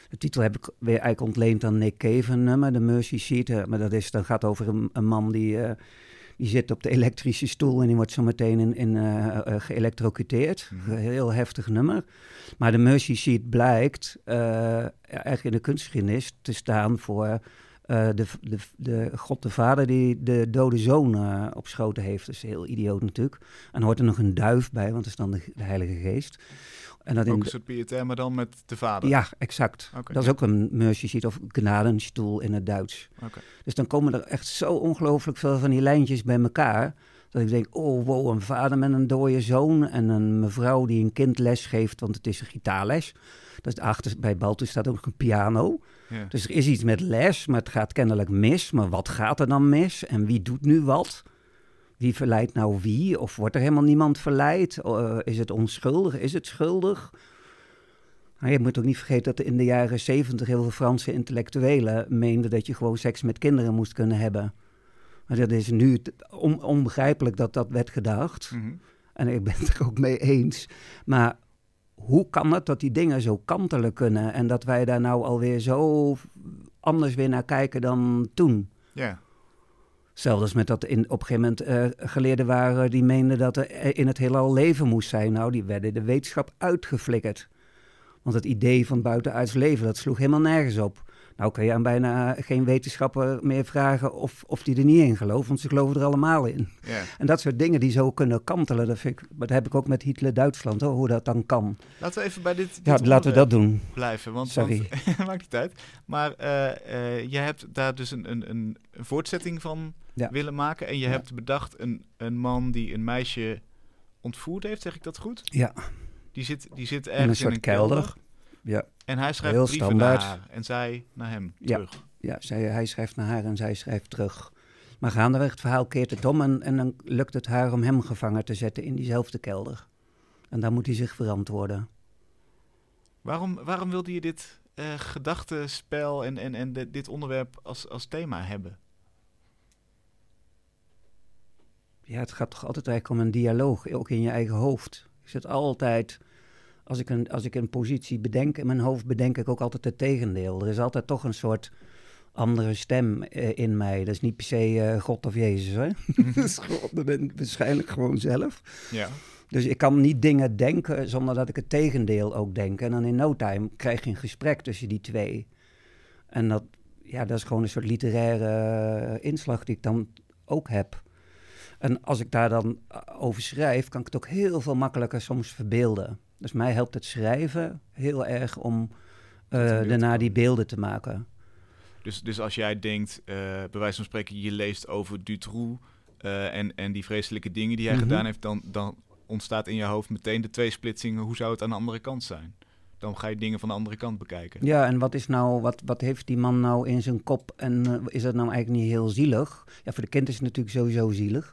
C: De titel heb ik weer eigenlijk ontleend aan Nick Cave een nummer, de Mercy Seat. Uh, maar dat, is, dat gaat over een, een man die, uh, die zit op de elektrische stoel en die wordt zo meteen in, in, uh, uh, geëlektrocuteerd. Mm-hmm. Een heel heftig nummer. Maar de Mercy Seat blijkt uh, eigenlijk in de kunstgeschiedenis te staan voor uh, de, de, de God de Vader die de dode zoon uh, op schoten heeft. Dat is heel idioot natuurlijk. En dan hoort er nog een duif bij, want dat is dan de, de Heilige Geest. En dat
B: ook
C: in
B: een soort pietair, maar dan met de vader?
C: Ja, exact.
B: Okay,
C: dat
B: ja.
C: is ook een mercy seat of gnadenstoel in het Duits.
B: Okay.
C: Dus dan komen er echt zo ongelooflijk veel van die lijntjes bij elkaar. Dat ik denk, oh wow, een vader met een dode zoon en een mevrouw die een kind les geeft, want het is een gitaarles. Dat is achter, bij Balthus staat ook een piano. Ja. Dus er is iets met les, maar het gaat kennelijk mis. Maar wat gaat er dan mis en wie doet nu wat? Wie verleidt nou wie? Of wordt er helemaal niemand verleid? Uh, is het onschuldig? Is het schuldig? Nou, je moet ook niet vergeten dat in de jaren zeventig heel veel Franse intellectuelen meenden dat je gewoon seks met kinderen moest kunnen hebben. Maar dat is nu on- onbegrijpelijk dat dat werd gedacht. Mm-hmm. En ik ben het er ook mee eens. Maar hoe kan het dat die dingen zo kantelen kunnen en dat wij daar nou alweer zo anders weer naar kijken dan toen?
B: Ja. Yeah.
C: Hetzelfde als met dat in, op een gegeven moment uh, geleerden waren die meenden dat er in het heelal leven moest zijn. Nou, die werden de wetenschap uitgeflikkerd. Want het idee van buitenaards leven, dat sloeg helemaal nergens op. Nou kun je aan bijna geen wetenschapper meer vragen of, of die er niet in gelooft, want ze geloven er allemaal in.
B: Yeah.
C: En dat soort dingen die zo kunnen kantelen, dat, vind ik, dat heb ik ook met Hitler-Duitsland, hoor, hoe dat dan kan.
B: Laten we even bij dit, dit
C: ja, laten we dat doen.
B: blijven, want,
C: Sorry.
B: want maakt niet uit. Maar uh, uh, je hebt daar dus een, een, een voortzetting van ja. willen maken en je ja. hebt bedacht een, een man die een meisje ontvoerd heeft, zeg ik dat goed?
C: Ja.
B: Die zit, die zit ergens
C: in een soort
B: in een
C: kelder.
B: kelder.
C: Ja.
B: En hij schrijft
C: heel
B: brieven
C: standaard.
B: naar haar en zij naar hem
C: ja.
B: terug.
C: Ja, zij, hij schrijft naar haar en zij schrijft terug. Maar gaandeweg het verhaal keert het om en, en dan lukt het haar om hem gevangen te zetten in diezelfde kelder. En dan moet hij zich verantwoorden.
B: Waarom, waarom wilde je dit uh, gedachtenspel en, en, en de, dit onderwerp als, als thema hebben?
C: Ja, het gaat toch altijd eigenlijk om een dialoog, ook in je eigen hoofd. Je zit altijd, als ik, een, als ik een positie bedenk in mijn hoofd, bedenk ik ook altijd het tegendeel. Er is altijd toch een soort andere stem uh, in mij. Dat is niet per se uh, God of Jezus, hè? Dat is gewoon, dat ben ik waarschijnlijk gewoon zelf.
B: Ja.
C: Dus ik kan niet dingen denken zonder dat ik het tegendeel ook denk. En dan in no time krijg je een gesprek tussen die twee. En dat, ja, dat is gewoon een soort literaire inslag die ik dan ook heb. En als ik daar dan over schrijf, kan ik het ook heel veel makkelijker soms verbeelden. Dus mij helpt het schrijven heel erg om uh, daarna die beelden te maken.
B: Dus, dus als jij denkt, uh, bij wijze van spreken, je leest over Dutroux uh, en, en die vreselijke dingen die hij mm-hmm. gedaan heeft, dan, dan ontstaat in je hoofd meteen de tweesplitsingen, hoe zou het aan de andere kant zijn? Dan ga je dingen van de andere kant bekijken.
C: Ja, en wat is nou, wat, wat heeft die man nou in zijn kop en uh, is dat nou eigenlijk niet heel zielig? Ja, voor de kind is het natuurlijk sowieso zielig.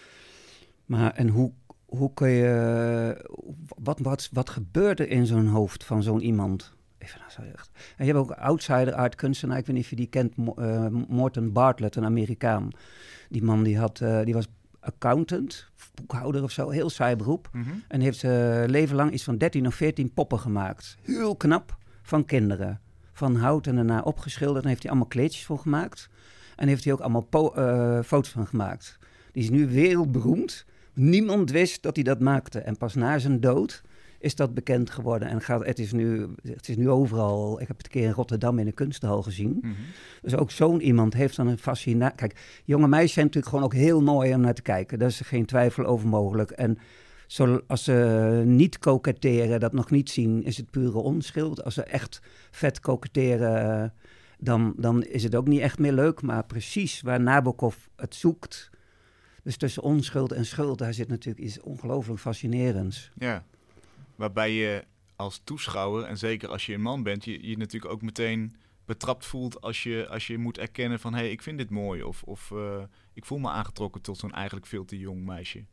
C: Maar en hoe, hoe kun je, wat, wat, wat gebeurt er in zo'n hoofd van zo'n iemand? Even, nou, echt. En je hebt ook outsider art kunstenaar, ik weet niet of je die kent, uh, Morton Bartlett, een Amerikaan. Die man die, had, uh, die was accountant, boekhouder of zo, heel saai beroep. Mm-hmm. En heeft zijn uh, leven lang iets van dertien of veertien poppen gemaakt. Heel knap, van kinderen. Van hout en daarna opgeschilderd. En heeft hij allemaal kleedjes voor gemaakt. En heeft hij ook allemaal po- uh, foto's van gemaakt. Die is nu wereldberoemd. Niemand wist dat hij dat maakte. En pas na zijn dood is dat bekend geworden. En gaat, het, is nu, het is nu overal. Ik heb het een keer in Rotterdam in een kunsthal gezien. Mm-hmm. Dus ook zo'n iemand heeft dan een fascinatie. Kijk, jonge meisjes zijn natuurlijk gewoon ook heel mooi om naar te kijken. Daar is er geen twijfel over mogelijk. En zo, als ze niet koketteren, dat nog niet zien, is het pure onschuld. Als ze echt vet koketteren, dan, dan is het ook niet echt meer leuk. Maar precies waar Nabokov het zoekt, dus tussen onschuld en schuld, daar zit natuurlijk iets ongelooflijk fascinerends.
B: Ja, waarbij je als toeschouwer, en zeker als je een man bent, je je natuurlijk ook meteen betrapt voelt als je, als je moet erkennen van, hé, hey, ik vind dit mooi. Of, of uh, ik voel me aangetrokken tot zo'n eigenlijk veel te jong meisje.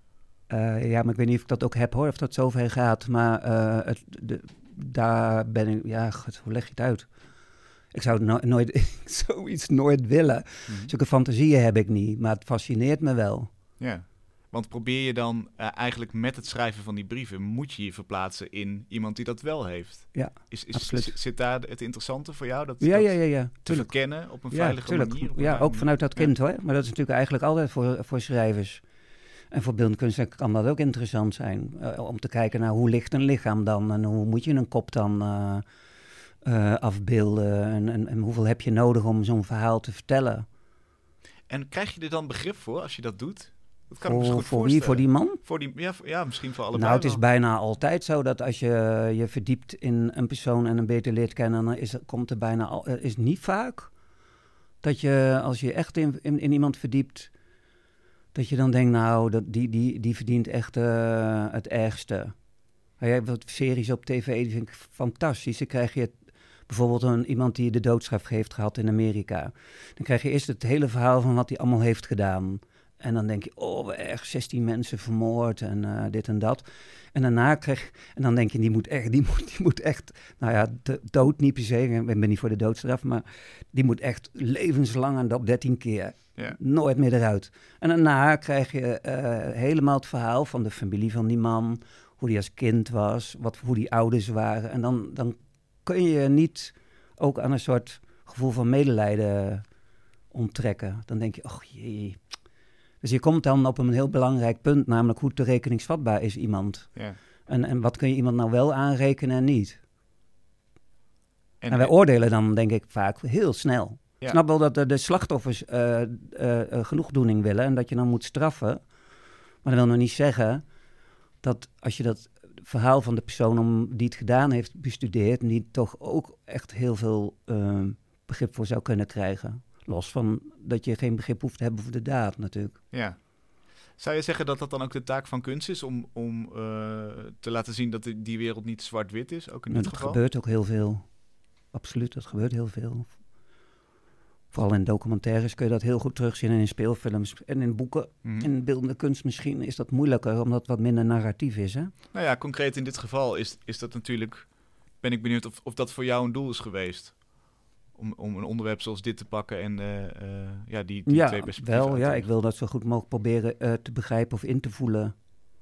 C: Uh, ja, maar ik weet niet of ik dat ook heb, hoor, of dat zover gaat. Maar uh, het, de, daar ben ik, ja, God, hoe leg je het uit? Ik zou no- nooit, zoiets nooit willen. Mm-hmm. Zulke fantasieën heb ik niet, maar het fascineert me wel.
B: Ja, Want probeer je dan uh, eigenlijk met het schrijven van die brieven... moet je je verplaatsen in iemand die dat wel heeft.
C: Ja,
B: is, is,
C: absoluut.
B: Zit, zit daar het interessante voor jou? Dat,
C: ja,
B: dat
C: ja, ja, ja.
B: te verkennen op een
C: ja,
B: veilige
C: tuurlijk.
B: manier? Op een
C: Ja, ook
B: manier.
C: vanuit dat kind
B: ja.
C: hoor. Maar dat is natuurlijk eigenlijk altijd voor, voor schrijvers. En voor beeldkunstenaars kan dat ook interessant zijn. Uh, om te kijken naar hoe ligt een lichaam dan? En hoe moet je een kop dan uh, uh, afbeelden? En, en, en hoeveel heb je nodig om zo'n verhaal te vertellen?
B: En krijg je er dan begrip voor als je dat doet? Dat kan
C: voor
B: ik me goed
C: voor wie? Voor die man?
B: Voor die, ja, voor, ja, misschien voor allebei.
C: Nou, het is
B: wel.
C: bijna altijd zo dat als je je verdiept in een persoon en een beter leert kennen, dan is, komt er bijna al, is niet vaak dat je, als je echt in, in, in iemand verdiept, dat je dan denkt, nou, dat, die, die, die verdient echt uh, het ergste. Nou, jij hebt series op tv, die vind ik fantastisch. Dan krijg je bijvoorbeeld een, iemand die de doodstraf heeft gehad in Amerika. Dan krijg je eerst het hele verhaal van wat hij allemaal heeft gedaan. En dan denk je, oh, erg, zestien mensen vermoord en uh, dit en dat. En daarna krijg en dan denk je, die moet echt, die moet, die moet echt, nou ja, de, dood niet per se, ik ben niet voor de doodstraf, maar die moet echt levenslang en dat dertien keer.
B: Ja.
C: Nooit meer eruit. En daarna krijg je uh, helemaal het verhaal van de familie van die man, hoe die als kind was, wat, hoe die ouders waren. En dan, dan kun je niet ook aan een soort gevoel van medelijden onttrekken. Dan denk je, oh jee. Dus je komt dan op een heel belangrijk punt, namelijk hoe toerekeningsvatbaar is iemand.
B: Ja.
C: En, en wat kun je iemand nou wel aanrekenen en niet.
B: En,
C: en wij
B: en,
C: oordelen dan, denk ik, vaak heel snel.
B: Ja.
C: Ik snap wel dat de, de slachtoffers uh, uh, uh, genoegdoening willen en dat je dan moet straffen. Maar dat wil nog niet zeggen dat als je dat verhaal van de persoon om die het gedaan heeft bestudeert, niet toch ook echt heel veel uh, begrip voor zou kunnen krijgen. Los van dat je geen begrip hoeft te hebben voor de daad natuurlijk.
B: Ja. Zou je zeggen dat dat dan ook de taak van kunst is om, om uh, te laten zien dat die wereld niet zwart-wit is, ook in dit
C: dat
B: geval?
C: Dat gebeurt ook heel veel. Absoluut, dat gebeurt heel veel. Vooral in documentaires kun je dat heel goed terugzien en in speelfilms en in boeken. Mm-hmm. In beeldende kunst misschien is dat moeilijker, omdat het wat minder narratief is, hè?
B: Nou ja, concreet in dit geval is, is dat natuurlijk, ben ik benieuwd of, of dat voor jou een doel is geweest. Om, om een onderwerp zoals dit te pakken en uh, uh, ja, die, die
C: ja,
B: twee perspectieven
C: wel,
B: uit
C: ja,
B: te
C: ik wil dat zo goed mogelijk proberen uh, te begrijpen of in te voelen.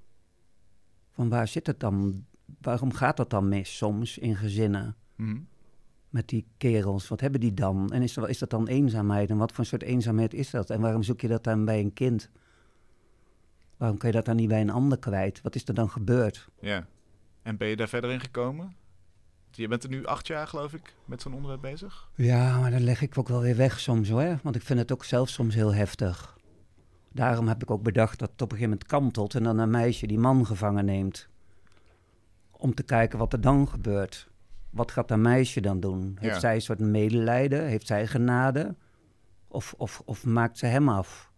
C: Van waar zit het dan? Waarom gaat dat dan mis soms in gezinnen?
B: Mm-hmm.
C: Met die kerels, wat hebben die dan? En is dat, is dat dan eenzaamheid? En wat voor een soort eenzaamheid is dat? En waarom zoek je dat dan bij een kind? Waarom kun je dat dan niet bij een ander kwijt? Wat is er dan gebeurd?
B: Ja, en ben je daar verder in gekomen? Je bent er nu acht jaar, geloof ik, met zo'n onderwerp bezig?
C: Ja, maar dan leg ik ook wel weer weg soms hoor. Want ik vind het ook zelf soms heel heftig. Daarom heb ik ook bedacht dat het op een gegeven moment kantelt en dan een meisje die man gevangen neemt. Om te kijken wat er dan gebeurt. Wat gaat dat meisje dan doen? Heeft
B: ja.
C: zij een soort medelijden? Heeft zij genade? Of, of, of maakt ze hem af?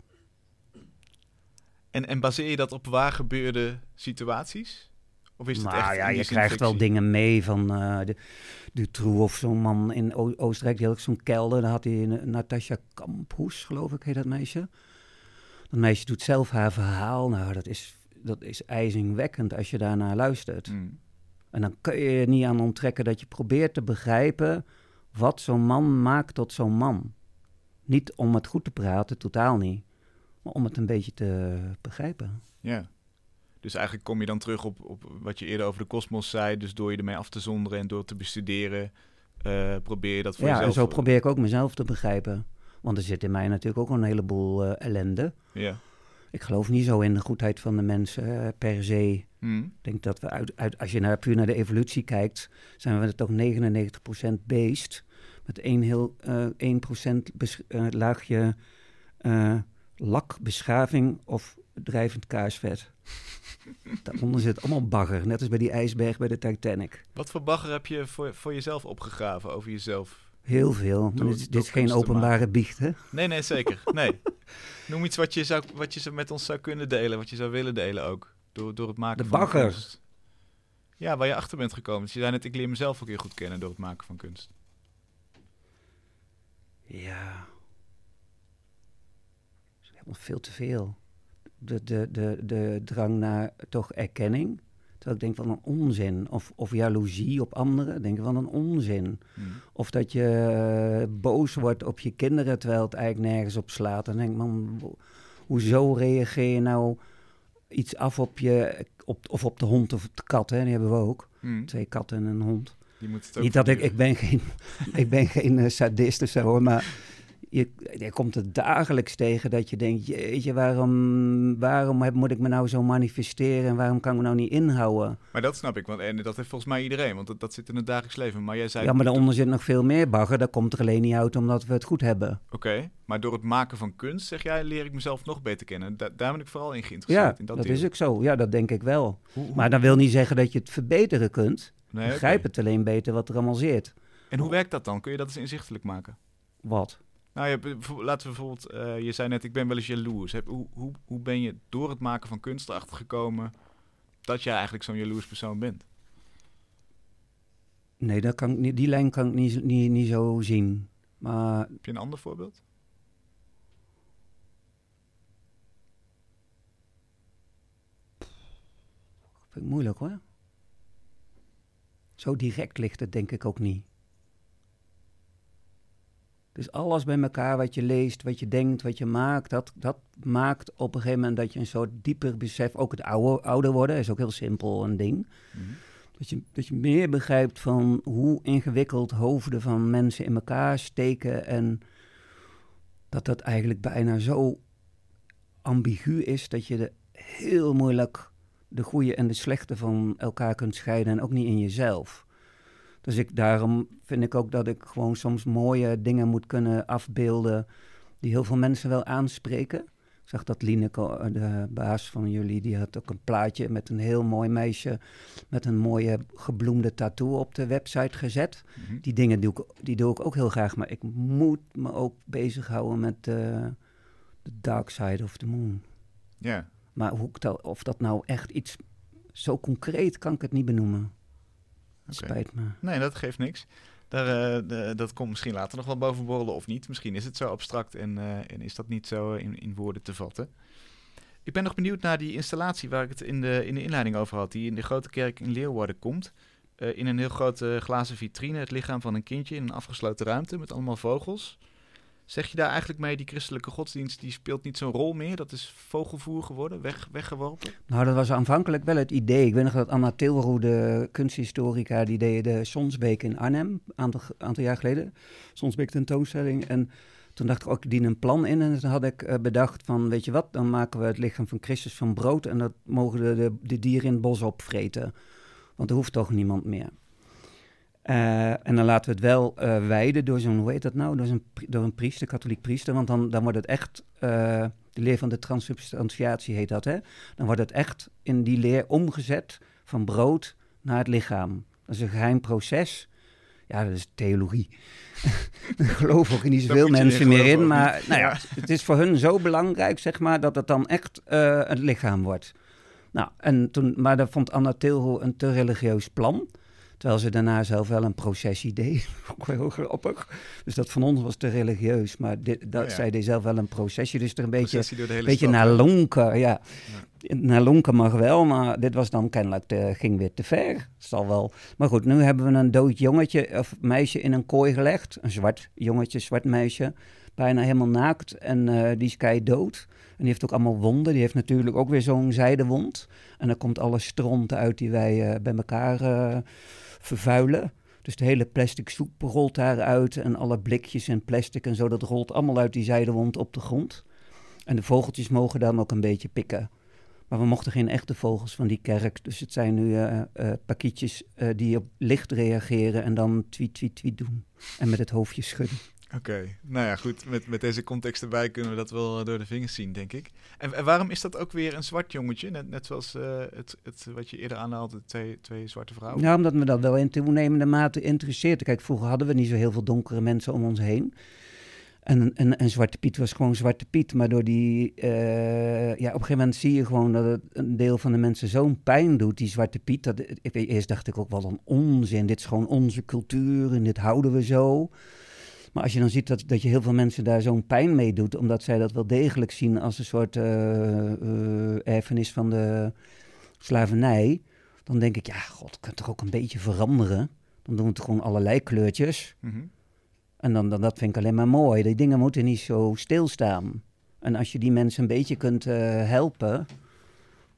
B: En, en baseer je dat op waar gebeurde situaties? Of is het
C: nou
B: echt
C: ja, je
B: fictie?
C: krijgt wel dingen mee van uh, de Dutroux of zo'n man in o- Oostenrijk. Die had ook zo'n kelder. Daar had hij uh, Natasja Kamphus, geloof ik, heet dat meisje. Dat meisje doet zelf haar verhaal. Nou, dat is, dat is ijzingwekkend als je daarnaar luistert.
B: Mm.
C: En dan kun je je niet aan onttrekken dat je probeert te begrijpen wat zo'n man maakt tot zo'n man. Niet om het goed te praten, totaal niet. Maar om het een beetje te begrijpen.
B: Ja. Dus eigenlijk kom je dan terug op, op wat je eerder over de kosmos zei. Dus door je ermee af te zonderen en door te bestuderen, uh, probeer je dat voor
C: ja,
B: jezelf...
C: Ja, en zo probeer ik ook mezelf te begrijpen. Want er zit in mij natuurlijk ook een heleboel uh, ellende.
B: Ja.
C: Ik geloof niet zo in de goedheid van de mensen uh, per se.
B: Mm.
C: Ik denk dat we, uit, uit, als je naar, puur naar de evolutie kijkt, zijn we toch negenennegentig procent beest. Met één heel uh, één procent bes, uh, laagje uh, lakbeschaving of drijvend kaarsvet. Daaronder zit allemaal bagger, net als bij die ijsberg bij de Titanic.
B: Wat voor bagger heb je voor, voor jezelf opgegraven over jezelf?
C: Heel veel, maar
B: door,
C: dit, dit is geen openbare biecht, hè?
B: Nee, nee, zeker. Nee. Noem iets wat je, zou, wat je met ons zou kunnen delen, wat je zou willen delen ook. Door, door het maken
C: de
B: van
C: bagger.
B: kunst. Ja, waar je achter bent gekomen. Dus je zei net, ik leer mezelf ook heel goed kennen door het maken van kunst.
C: Ja. Dat is helemaal veel te veel. De, de, de, de drang naar toch erkenning. Terwijl ik denk van een onzin. Of, of jaloezie op anderen. Denk van een onzin.
B: Hmm.
C: Of dat je uh, boos wordt op je kinderen terwijl het eigenlijk nergens op slaat. Dan denk ik, man, ho- hoezo reageer je nou iets af op je, op, of op de hond of op de kat, hè, die hebben we ook.
B: Hmm.
C: Twee katten en een hond.
B: Die moet het ook
C: Niet dat ik,
B: verduren.
C: ik ben geen, ik ben geen uh, sadist of zo, hoor, maar je, je komt het dagelijks tegen dat je denkt, jeetje, waarom, waarom heb, moet ik me nou zo manifesteren en waarom kan ik me nou niet inhouden?
B: Maar dat snap ik, want en dat heeft volgens mij iedereen, want dat, dat zit in het dagelijks leven. Maar jij zei...
C: Ja, maar daaronder zit nog veel meer bagger, dat komt er alleen niet uit omdat we het goed hebben.
B: Oké, okay, maar door het maken van kunst, zeg jij, leer ik mezelf nog beter kennen. Da- daar ben ik vooral in geïnteresseerd.
C: Ja,
B: in dat,
C: dat
B: deel.
C: is ook zo. Ja, dat denk ik wel.
B: Hoe, hoe...
C: Maar dat wil niet zeggen dat je het verbeteren kunt.
B: Nee,
C: Begrijp
B: okay.
C: het alleen beter wat er allemaal zit.
B: En hoe werkt dat dan? Kun je dat eens inzichtelijk maken?
C: Wat?
B: Nou ja, laten we bijvoorbeeld, uh, je zei net, ik ben wel eens jaloers. Heb, hoe, hoe, hoe ben je door het maken van kunst erachter gekomen dat jij eigenlijk zo'n jaloers persoon bent?
C: Nee, dat kan ik niet, die lijn kan ik niet, niet, niet zo zien. Maar...
B: Heb je een ander voorbeeld?
C: Vind ik moeilijk, hoor. Zo direct ligt het denk ik ook niet. Dus alles bij elkaar wat je leest, wat je denkt, wat je maakt, dat, dat maakt op een gegeven moment dat je een soort dieper besef, ook het ouder, ouder worden, is ook heel simpel een ding. Mm-hmm. Dat je, dat je meer begrijpt van hoe ingewikkeld hoofden van mensen in elkaar steken en dat dat eigenlijk bijna zo ambigu is dat je er heel moeilijk de goede en de slechte van elkaar kunt scheiden en ook niet in jezelf. Dus ik, daarom vind ik ook dat ik gewoon soms mooie dingen moet kunnen afbeelden die heel veel mensen wel aanspreken. Ik zag dat Lineke, de baas van jullie, die had ook een plaatje met een heel mooi meisje met een mooie gebloemde tattoo op de website gezet. Mm-hmm. Die dingen doe ik, die doe ik ook heel graag, maar ik moet me ook bezighouden met de, de dark side of the moon.
B: Ja. Yeah.
C: Maar hoe ik dat, of dat nou echt iets zo concreet kan ik het niet benoemen.
B: Okay.
C: Spijt me.
B: Nee, dat geeft niks. Daar, uh, de, dat komt misschien later nog wel boven borrelen of niet. Misschien is het zo abstract en, uh, en is dat niet zo in, in woorden te vatten. Ik ben nog benieuwd naar die installatie waar ik het in de, in de inleiding over had. Die in de Grote Kerk in Leeuwarden komt. Uh, in een heel grote glazen vitrine. Het lichaam van een kindje in een afgesloten ruimte met allemaal vogels. Zeg je daar eigenlijk mee, die christelijke godsdienst, die speelt niet zo'n rol meer? Dat is vogelvoer geworden, weg, weggeworpen?
C: Nou, dat was aanvankelijk wel het idee. Ik weet nog dat Anna Tilroe, de kunsthistorica, die deed de Sonsbeek in Arnhem, een aantal, aantal jaar geleden. Sonsbeek tentoonstelling. En toen dacht ik ook, ik dien een plan in. En toen had ik uh, bedacht van, weet je wat, dan maken we het lichaam van Christus van brood. En dat mogen de, de, de dieren in het bos opvreten. Want er hoeft toch niemand meer. Uh, en dan laten we het wel uh, wijden door zo'n, hoe heet dat nou, door, zo'n, door een priester, katholiek priester, want dan, dan wordt het echt, uh, de leer van de transsubstantiatie heet dat, hè. Dan wordt het echt in die leer omgezet van brood naar het lichaam. Dat is een geheim proces. Ja, dat is theologie. Daar geloven ook niet zoveel mensen meer in, maar nou ja, het is voor hun zo belangrijk, zeg maar, dat het dan echt uh, het lichaam wordt. Nou, en toen, maar dat vond Anna Tilroe een te religieus plan. Terwijl ze daarna zelf wel een processie deed. Ook wel heel grappig. Dus dat van ons was te religieus. Maar dit, dat, oh ja. zij deed zelf wel een processie. Dus er een beetje, beetje stad, naar Lonken. Ja. ja. Naar Lonken mag wel. Maar dit was dan kennelijk te, ging weer te ver. Zal wel. Maar goed, nu hebben we een dood jongetje of meisje in een kooi gelegd. Een zwart jongetje, zwart meisje. Bijna helemaal naakt. En uh, die is kei dood. En die heeft ook allemaal wonden. Die heeft natuurlijk ook weer zo'n zijdewond. En dan komt alle stront uit die wij uh, bij elkaar uh, vervuilen. Dus de hele plastic soep rolt daaruit. En alle blikjes en plastic en zo. Dat rolt allemaal uit die zijdewond op de grond. En de vogeltjes mogen dan ook een beetje pikken. Maar we mochten geen echte vogels van die kerk. Dus het zijn nu uh, uh, pakietjes uh, die op licht reageren. En dan tweet, tweet, tweet doen. En met het hoofdje schudden.
B: Oké, okay. Nou ja, goed. Met, met deze context erbij kunnen we dat wel door de vingers zien, denk ik. En, en waarom is dat ook weer een zwart jongetje? Net, net zoals uh, het, het, wat je eerder aanhaalde, twee, twee zwarte vrouwen.
C: Ja, omdat me dat wel in toenemende mate interesseert. Kijk, vroeger hadden we niet zo heel veel donkere mensen om ons heen. En, en, en Zwarte Piet was gewoon Zwarte Piet. Maar door die... Uh, ja, op een gegeven moment zie je gewoon dat het een deel van de mensen zo'n pijn doet, die Zwarte Piet. Dat, ik, eerst dacht ik ook wel een onzin. Dit is gewoon onze cultuur en dit houden we zo. Maar als je dan ziet dat, dat je heel veel mensen daar zo'n pijn mee doet, omdat zij dat wel degelijk zien als een soort uh, uh, erfenis van de slavernij, dan denk ik, ja, god, kan toch ook een beetje veranderen? Dan doen we het gewoon allerlei kleurtjes. Mm-hmm. En dan, dan, dat vind ik alleen maar mooi. Die dingen moeten niet zo stilstaan. En als je die mensen een beetje kunt uh, helpen,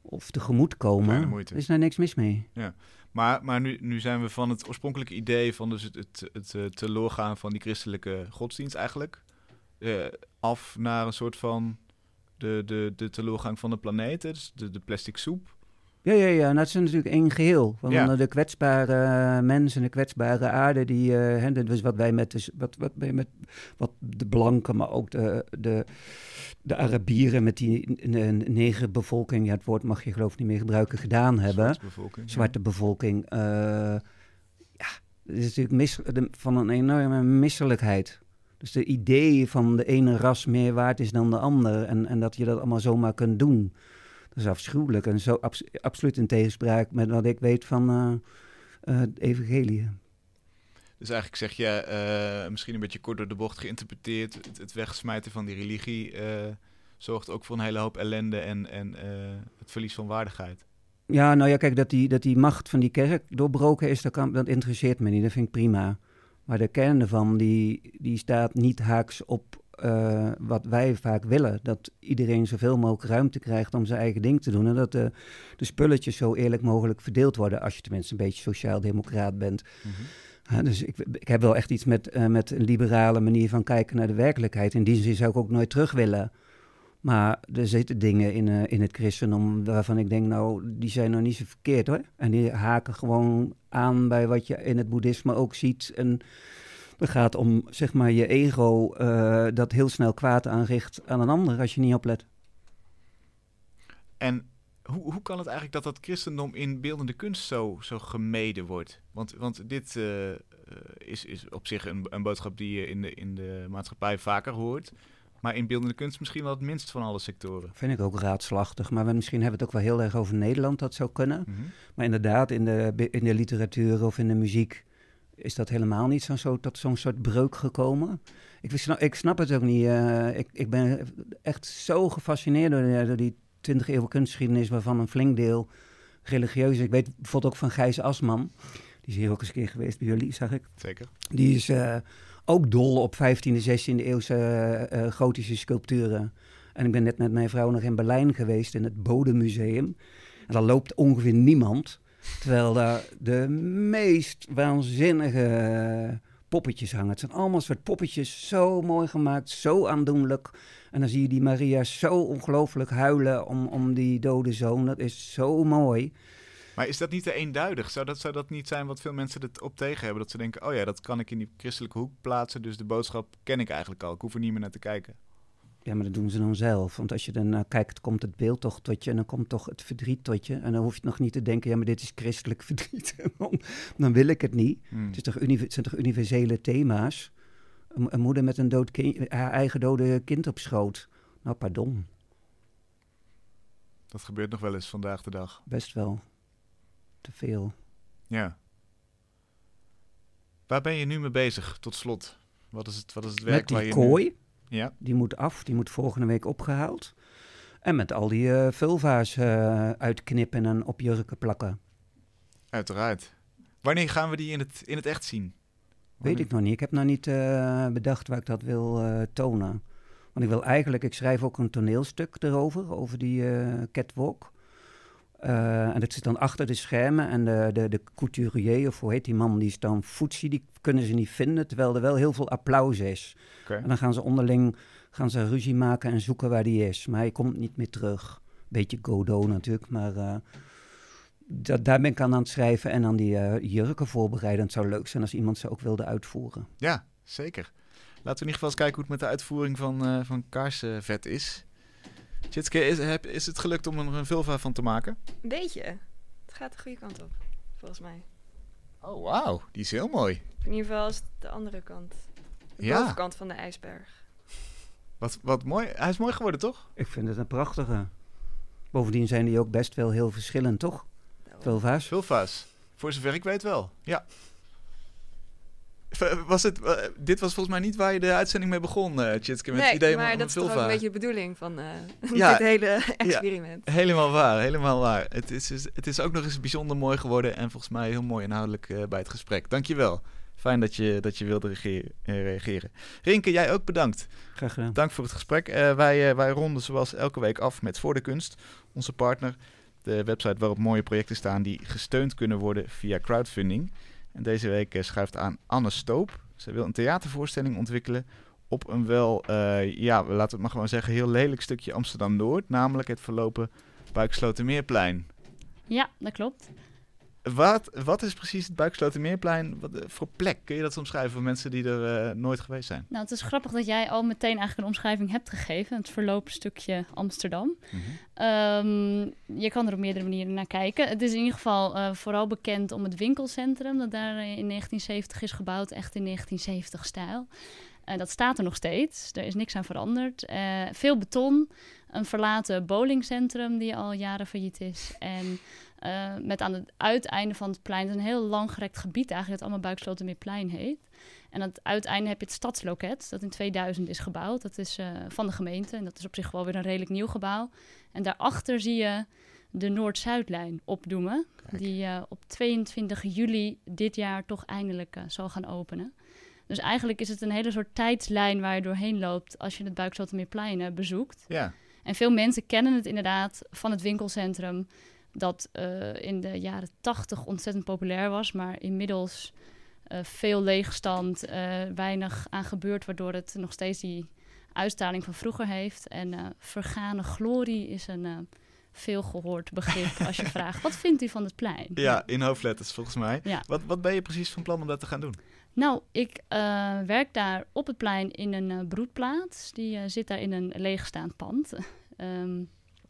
C: of tegemoetkomen,
B: Kleine moeite.
C: er is daar niks mis mee.
B: Maar, maar nu, nu zijn we van het oorspronkelijke idee van dus het, het, het, het teloorgaan van die christelijke godsdienst eigenlijk uh, af naar een soort van de, de, de teloorgang van de planeet, dus de, de plastic soep.
C: Ja, ja, ja. Nou, het is natuurlijk één geheel. Want
B: Ja.
C: de kwetsbare mensen, de kwetsbare aarde, die, uh, hè, dus wat wij met, dus wat, wat wij met wat de blanken, maar ook de, de, de Arabieren met die negerbevolking, ja, het woord mag je geloof ik niet meer gebruiken, gedaan hebben.
B: Zwarte bevolking.
C: Zwarte bevolking. Uh, ja, het is natuurlijk mis, de, van een enorme misselijkheid. Dus de idee van de ene ras meer waard is dan de ander en, en dat je dat allemaal zomaar kunt doen. Dat is afschuwelijk en zo abs- absoluut in tegenspraak met wat ik weet van uh, uh, het evangelie.
B: Dus eigenlijk zeg je, uh, misschien een beetje kort door de bocht geïnterpreteerd, het, het wegsmijten van die religie uh, zorgt ook voor een hele hoop ellende en, en uh, het verlies van waardigheid.
C: Ja, nou ja, kijk, dat die, dat die macht van die kerk doorbroken is, dat, kan, dat interesseert me niet, dat vind ik prima. Maar de kern ervan, die, die staat niet haaks op Uh, wat wij vaak willen. Dat iedereen zoveel mogelijk ruimte krijgt om zijn eigen ding te doen. En dat de, de spulletjes zo eerlijk mogelijk verdeeld worden. Als je tenminste een beetje sociaal-democraat bent. Mm-hmm. Uh, dus ik, ik heb wel echt iets met, uh, met een liberale manier van kijken naar de werkelijkheid. In die zin zou ik ook nooit terug willen. Maar er zitten dingen in, uh, in het christendom waarvan ik denk, nou, die zijn nog niet zo verkeerd hoor. En die haken gewoon aan bij wat je in het boeddhisme ook ziet. En het gaat om, zeg maar, je ego uh, dat heel snel kwaad aanricht aan een ander als je niet oplet.
B: En hoe, hoe kan het eigenlijk dat dat christendom in beeldende kunst zo, zo gemeden wordt? Want, want dit uh, is, is op zich een, een boodschap die je in de, in de maatschappij vaker hoort. Maar in beeldende kunst misschien wel het minst van alle sectoren.
C: Vind ik ook raadslachtig. Maar we, misschien hebben we het ook wel heel erg over Nederland dat zou kunnen.
B: Mm-hmm. Maar
C: inderdaad, in de, in de literatuur of in de muziek is dat helemaal niet zo, zo, tot zo'n soort breuk gekomen. Ik snap, ik snap het ook niet. Uh, ik, ik ben echt zo gefascineerd door, door die twintige eeuwen kunstgeschiedenis, waarvan een flink deel religieus is. Ik weet bijvoorbeeld ook van Gijs Asman. Die is hier ook eens een keer geweest bij jullie, zag ik.
B: Zeker.
C: Die is uh, ook dol op vijftiende, zestiende eeuwse uh, gotische sculpturen. En ik ben net met mijn vrouw nog in Berlijn geweest, in het Bodemuseum. En daar loopt ongeveer niemand. Terwijl daar de meest waanzinnige poppetjes hangen. Het zijn allemaal soort poppetjes, zo mooi gemaakt, zo aandoenlijk. En dan zie je die Maria zo ongelooflijk huilen om, om die dode zoon. Dat is zo mooi.
B: Maar is dat niet te eenduidig? Zou dat, zou dat niet zijn wat veel mensen het op tegen hebben? Dat ze denken, oh ja, dat kan ik in die christelijke hoek plaatsen. Dus de boodschap ken ik eigenlijk al. Ik hoef er niet meer naar te kijken.
C: Ja, maar dat doen ze dan zelf. Want als je dan uh, kijkt, komt het beeld toch tot je en dan komt toch het verdriet tot je. En dan hoef je nog niet te denken, ja, maar dit is christelijk verdriet. dan, dan wil ik het niet. Hmm. Het, is toch uni- het zijn toch universele thema's? Een, een moeder met een dood kind, haar eigen dode kind op schoot. Nou, pardon.
B: Dat gebeurt nog wel eens vandaag de dag.
C: Best wel. Te veel.
B: Ja. Waar ben je nu mee bezig, tot slot? Wat is het, wat is het werk
C: met die
B: waar je
C: kooi.
B: Nu... Ja.
C: Die moet af, die moet volgende week opgehaald. En met al die uh, vulva's uh, uitknippen en op jurken plakken.
B: Uiteraard. Wanneer gaan we die in het, in het echt zien?
C: Weet ik nog niet. Ik heb nog niet uh, bedacht waar ik dat wil uh, tonen. Want ik wil eigenlijk, ik schrijf ook een toneelstuk erover, over die uh, catwalk. Uh, en dat zit dan achter de schermen en de, de, de couturier, of hoe heet die man, die is dan foetsie, die kunnen ze niet vinden, terwijl er wel heel veel applaus is.
B: Okay.
C: En dan gaan ze onderling gaan ze ruzie maken en zoeken waar die is. Maar hij komt niet meer terug. Beetje Godot natuurlijk, maar uh, dat, daar ben ik aan aan het schrijven en aan die uh, jurken voorbereiden. Het zou leuk zijn als iemand ze ook wilde uitvoeren.
B: Ja, zeker. Laten we in ieder geval eens kijken hoe het met de uitvoering van, uh, van Kaarsvet is. Tjitske, is, heb, is het gelukt om er een vulva van te maken?
D: Een beetje. Het gaat de goede kant op, volgens mij.
B: Oh, wauw. Die is heel mooi.
D: In ieder geval is het de andere kant. De
B: ja.
D: bovenkant van de ijsberg.
B: Wat, wat mooi. Hij is mooi geworden, toch?
C: Ik vind het een prachtige. Bovendien zijn die ook best wel heel verschillend, toch? Vulva's.
B: Vulva's. Voor zover ik weet wel, ja. Was het, uh, dit was volgens mij niet waar je de uitzending mee begon, uh, Tjitske, met
D: nee,
B: het idee
D: maar
B: van
D: dat is
B: vulva.
D: toch ook een beetje de bedoeling van uh,
B: ja,
D: dit hele experiment.
B: Ja, helemaal waar, helemaal waar. Het is, het is ook nog eens bijzonder mooi geworden en volgens mij heel mooi inhoudelijk uh, bij het gesprek. Dankjewel. Fijn dat je, dat je wilde reageren, uh, reageren. Rinke, jij ook bedankt.
C: Graag gedaan.
B: Dank voor het gesprek. Uh, wij, uh, wij ronden zoals elke week af met Voor de Kunst, onze partner. De website waarop mooie projecten staan die gesteund kunnen worden via crowdfunding. En deze week uh, schuift aan Anne Stoop. Ze wil een theatervoorstelling ontwikkelen op een wel, uh, ja, laten we het maar gewoon zeggen, heel lelijk stukje Amsterdam-Noord. Namelijk het verlopen Buikslotermeerplein.
E: Ja, dat klopt.
B: Wat, wat is precies het Buikslotermeerplein? Wat uh, voor plek? Kun je dat omschrijven voor mensen die er uh, nooit geweest zijn?
E: Nou, het is grappig dat jij al meteen eigenlijk een omschrijving hebt gegeven. Het verlopen stukje Amsterdam. Mm-hmm. Um, je kan er op meerdere manieren naar kijken. Het is in ieder geval uh, vooral bekend om het winkelcentrum dat daar in negentien zeventig is gebouwd. Echt in negentien zeventig stijl. Uh, dat staat er nog steeds. Er is niks aan veranderd. Uh, veel beton. Een verlaten bowlingcentrum die al jaren failliet is. En uh, met aan het uiteinde van het plein, het is een heel langgerekt gebied eigenlijk, dat allemaal Buikslotermeerplein heet. En aan het uiteinde heb je het Stadsloket, dat in tweeduizend is gebouwd. Dat is uh, van de gemeente en dat is op zich wel weer een redelijk nieuw gebouw. En daarachter zie je de Noord-Zuidlijn opdoemen, Kijk. die uh, op tweeëntwintig juli dit jaar toch eindelijk uh, zal gaan openen. Dus eigenlijk is het een hele soort tijdslijn waar je doorheen loopt als je het Buikslotermeerplein uh, bezoekt.
B: Ja.
E: En veel mensen kennen het inderdaad van het winkelcentrum dat uh, in de jaren tachtig ontzettend populair was, maar inmiddels uh, veel leegstand, uh, weinig aan gebeurd, waardoor het nog steeds die uitstraling van vroeger heeft. En uh, vergane glorie is een uh, veel gehoord begrip als je vraagt, wat vindt u van het plein?
B: Ja, in hoofdletters volgens mij.
E: Ja.
B: Wat, wat ben je precies van plan om dat te gaan doen?
E: Nou, ik uh, werk daar op het plein in een uh, broedplaats. Die uh, zit daar in een leegstaand pand. um,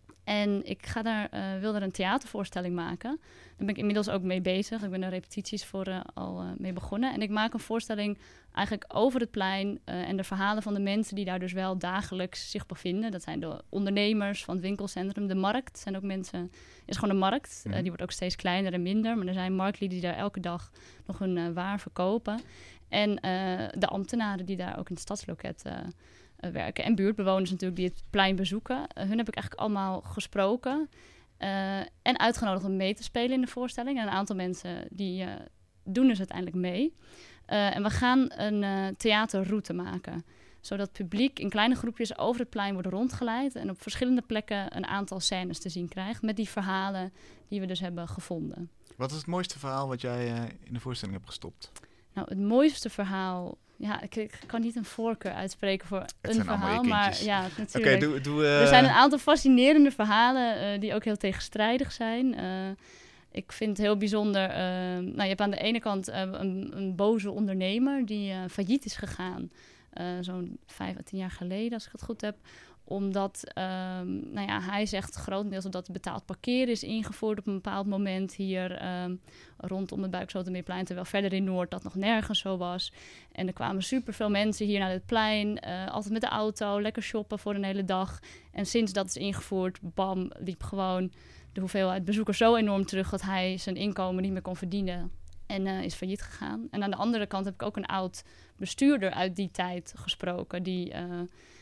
E: en ik ga daar, uh, wil daar een theatervoorstelling maken. Daar ben ik inmiddels ook mee bezig. Ik ben er repetities voor uh, al uh, mee begonnen. En ik maak een voorstelling eigenlijk over het plein uh, en de verhalen van de mensen die daar dus wel dagelijks zich bevinden. Dat zijn de ondernemers van het winkelcentrum. De markt zijn ook mensen, is gewoon een markt. Mm. Uh, die wordt ook steeds kleiner en minder. Maar er zijn marktlieden die daar elke dag nog hun uh, waar verkopen. En uh, de ambtenaren die daar ook in het stadsloket uh, uh, werken. En buurtbewoners natuurlijk die het plein bezoeken. Uh, hun heb ik eigenlijk allemaal gesproken. Uh, en uitgenodigd om mee te spelen in de voorstelling. En een aantal mensen die uh, doen dus uiteindelijk mee. Uh, en we gaan een uh, theaterroute maken. Zodat het publiek in kleine groepjes over het plein wordt rondgeleid. En op verschillende plekken een aantal scènes te zien krijgt. Met die verhalen die we dus hebben gevonden.
B: Wat is het mooiste verhaal wat jij uh, in de voorstelling hebt gestopt?
E: Nou, het mooiste verhaal... Ja, ik, ik kan niet een voorkeur uitspreken voor het een verhaal, maar ja, natuurlijk.
B: Okay, doe, doe, uh...
E: Er zijn een aantal fascinerende verhalen uh, die ook heel tegenstrijdig zijn. Uh, ik vind het heel bijzonder... Uh, nou, je hebt aan de ene kant uh, een, een boze ondernemer die uh, failliet is gegaan. Uh, zo'n vijf à tien jaar geleden, als ik het goed heb. Omdat, um, nou ja, hij zegt grotendeels dat betaald parkeren is ingevoerd op een bepaald moment hier um, rondom het Buikslotermeerplein, terwijl verder in Noord dat nog nergens zo was. En er kwamen superveel mensen hier naar het plein, uh, altijd met de auto, lekker shoppen voor een hele dag. En sinds dat is ingevoerd, bam, liep gewoon de hoeveelheid bezoekers zo enorm terug dat hij zijn inkomen niet meer kon verdienen. En uh, is failliet gegaan. En aan de andere kant heb ik ook een oud bestuurder uit die tijd gesproken, die uh,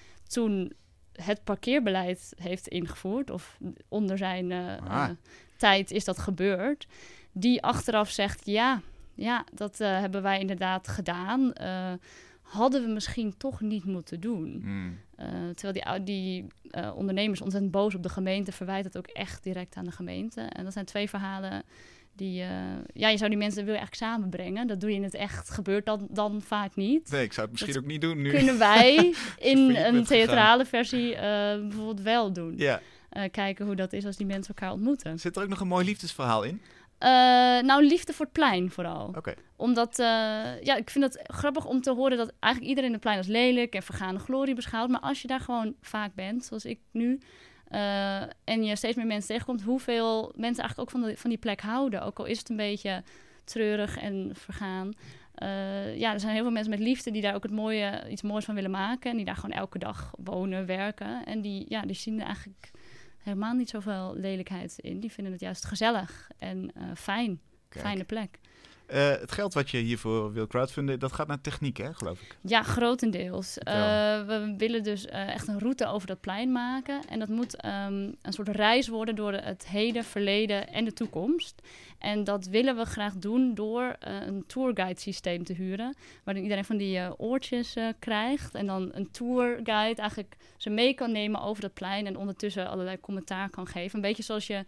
E: toen het parkeerbeleid heeft ingevoerd, of onder zijn uh, uh, tijd is dat gebeurd, die achteraf zegt, ja, ja dat uh, hebben wij inderdaad gedaan. Uh, hadden we misschien toch niet moeten doen. Mm. Uh, terwijl die, die uh, ondernemers ontzettend boos op de gemeente, verwijt het ook echt direct aan de gemeente. En dat zijn twee verhalen die, uh, ja, je zou die mensen wil je eigenlijk samenbrengen. Dat doe je in het echt. Gebeurt dat dan vaak niet?
B: Nee, ik zou het misschien dat ook niet doen nu.
E: Kunnen wij in een theatrale versie uh, bijvoorbeeld wel doen.
B: Ja.
E: Uh, kijken hoe dat is als die mensen elkaar ontmoeten.
B: Zit er ook nog een mooi liefdesverhaal in?
E: Uh, nou, liefde voor het plein vooral.
B: Oké. Okay.
E: Omdat, uh, ja, ik vind het grappig om te horen dat eigenlijk iedereen het plein als lelijk en vergane glorie beschouwt. Maar als je daar gewoon vaak bent, zoals ik nu, uh, en je steeds meer mensen tegenkomt, hoeveel mensen eigenlijk ook van, de, van die plek houden. Ook al is het een beetje treurig en vergaan. Uh, ja, er zijn heel veel mensen met liefde die daar ook het mooie, iets moois van willen maken. En die daar gewoon elke dag wonen, werken. En die, ja, die zien er eigenlijk helemaal niet zoveel lelijkheid in. Die vinden het juist gezellig en uh, fijn. Kijk. Fijne plek.
B: Uh, het geld wat je hiervoor wil crowdfunden, dat gaat naar techniek, hè, geloof ik?
E: Ja, grotendeels. Uh, we willen dus uh, echt een route over dat plein maken. En dat moet um, een soort reis worden door het heden, verleden en de toekomst. En dat willen we graag doen door uh, een tourguide systeem te huren. Waarin iedereen van die uh, oortjes uh, krijgt. En dan een tourguide eigenlijk ze mee kan nemen over dat plein. En ondertussen allerlei commentaar kan geven. Een beetje zoals je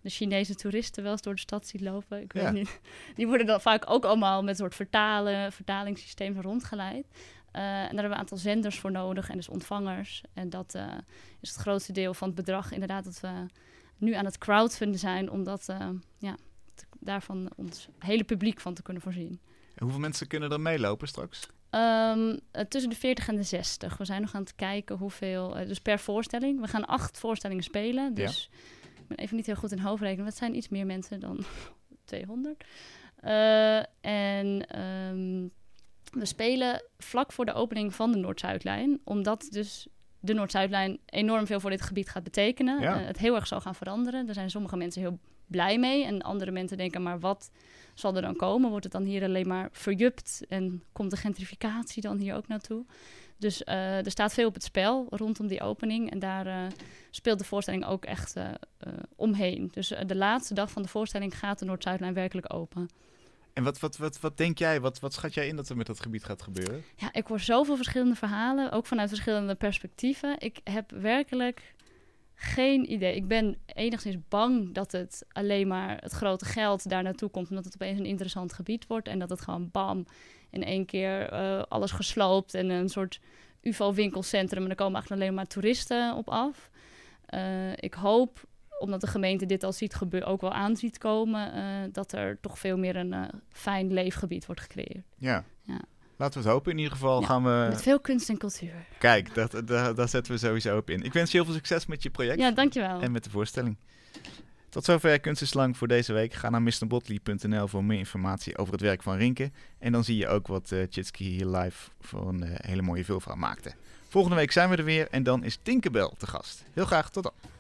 E: de Chinese toeristen wel eens door de stad ziet lopen. Ik weet
B: Ja.
E: niet. Die worden dan vaak ook allemaal met een soort vertalen, vertalingssysteem rondgeleid. Uh, en daar hebben we een aantal zenders voor nodig en dus ontvangers. En dat uh, is het grootste deel van het bedrag inderdaad dat we nu aan het crowdfunden zijn, om dat, uh, ja, te, daarvan ons hele publiek van te kunnen voorzien.
B: En hoeveel mensen kunnen er meelopen straks?
E: Um, uh, tussen de veertig en de zestig. We zijn nog aan het kijken hoeveel, uh, dus per voorstelling. We gaan acht voorstellingen spelen, dus ja. Ik ben even niet heel goed in hoofdrekenen. Het zijn iets meer mensen dan tweehonderd. Uh, en um, we spelen vlak voor de opening van de Noord-Zuidlijn, omdat dus de Noord-Zuidlijn enorm veel voor dit gebied gaat betekenen.
B: Ja.
E: Uh, het heel erg zal gaan veranderen. Daar zijn sommige mensen heel blij mee. En andere mensen denken, maar wat zal er dan komen? Wordt het dan hier alleen maar verjupt? En komt de gentrificatie dan hier ook naartoe? Dus uh, er staat veel op het spel rondom die opening. En daar uh, speelt de voorstelling ook echt uh, uh, omheen. Dus uh, de laatste dag van de voorstelling gaat de Noord-Zuidlijn werkelijk open.
B: En wat, wat, wat, wat denk jij, wat, wat schat jij in dat er met dat gebied gaat gebeuren?
E: Ja, ik hoor zoveel verschillende verhalen, ook vanuit verschillende perspectieven. Ik heb werkelijk geen idee. Ik ben enigszins bang dat het alleen maar het grote geld daar naartoe komt, omdat het opeens een interessant gebied wordt en dat het gewoon bam, in één keer uh, alles gesloopt en een soort U F O-winkelcentrum en er komen eigenlijk alleen maar toeristen op af. Uh, ik hoop, omdat de gemeente dit al ziet gebeuren, ook wel aan ziet komen, uh, dat er toch veel meer een uh, fijn leefgebied wordt gecreëerd.
B: Ja.
E: Ja.
B: Laten we het hopen. In ieder geval
E: ja,
B: gaan we...
E: Met veel kunst en cultuur.
B: Kijk, dat, dat, daar zetten we sowieso op in. Ik wens je heel veel succes met je project.
E: Ja, dankjewel.
B: En met de voorstelling. Tot zover Kunst is Lang voor deze week. Ga naar mister botley punt n l voor meer informatie over het werk van Rinke. En dan zie je ook wat uh, Tjitske hier live voor een uh, hele mooie vulvrouw maakte. Volgende week zijn we er weer en dan is Tinkerbell te gast. Heel graag, tot dan.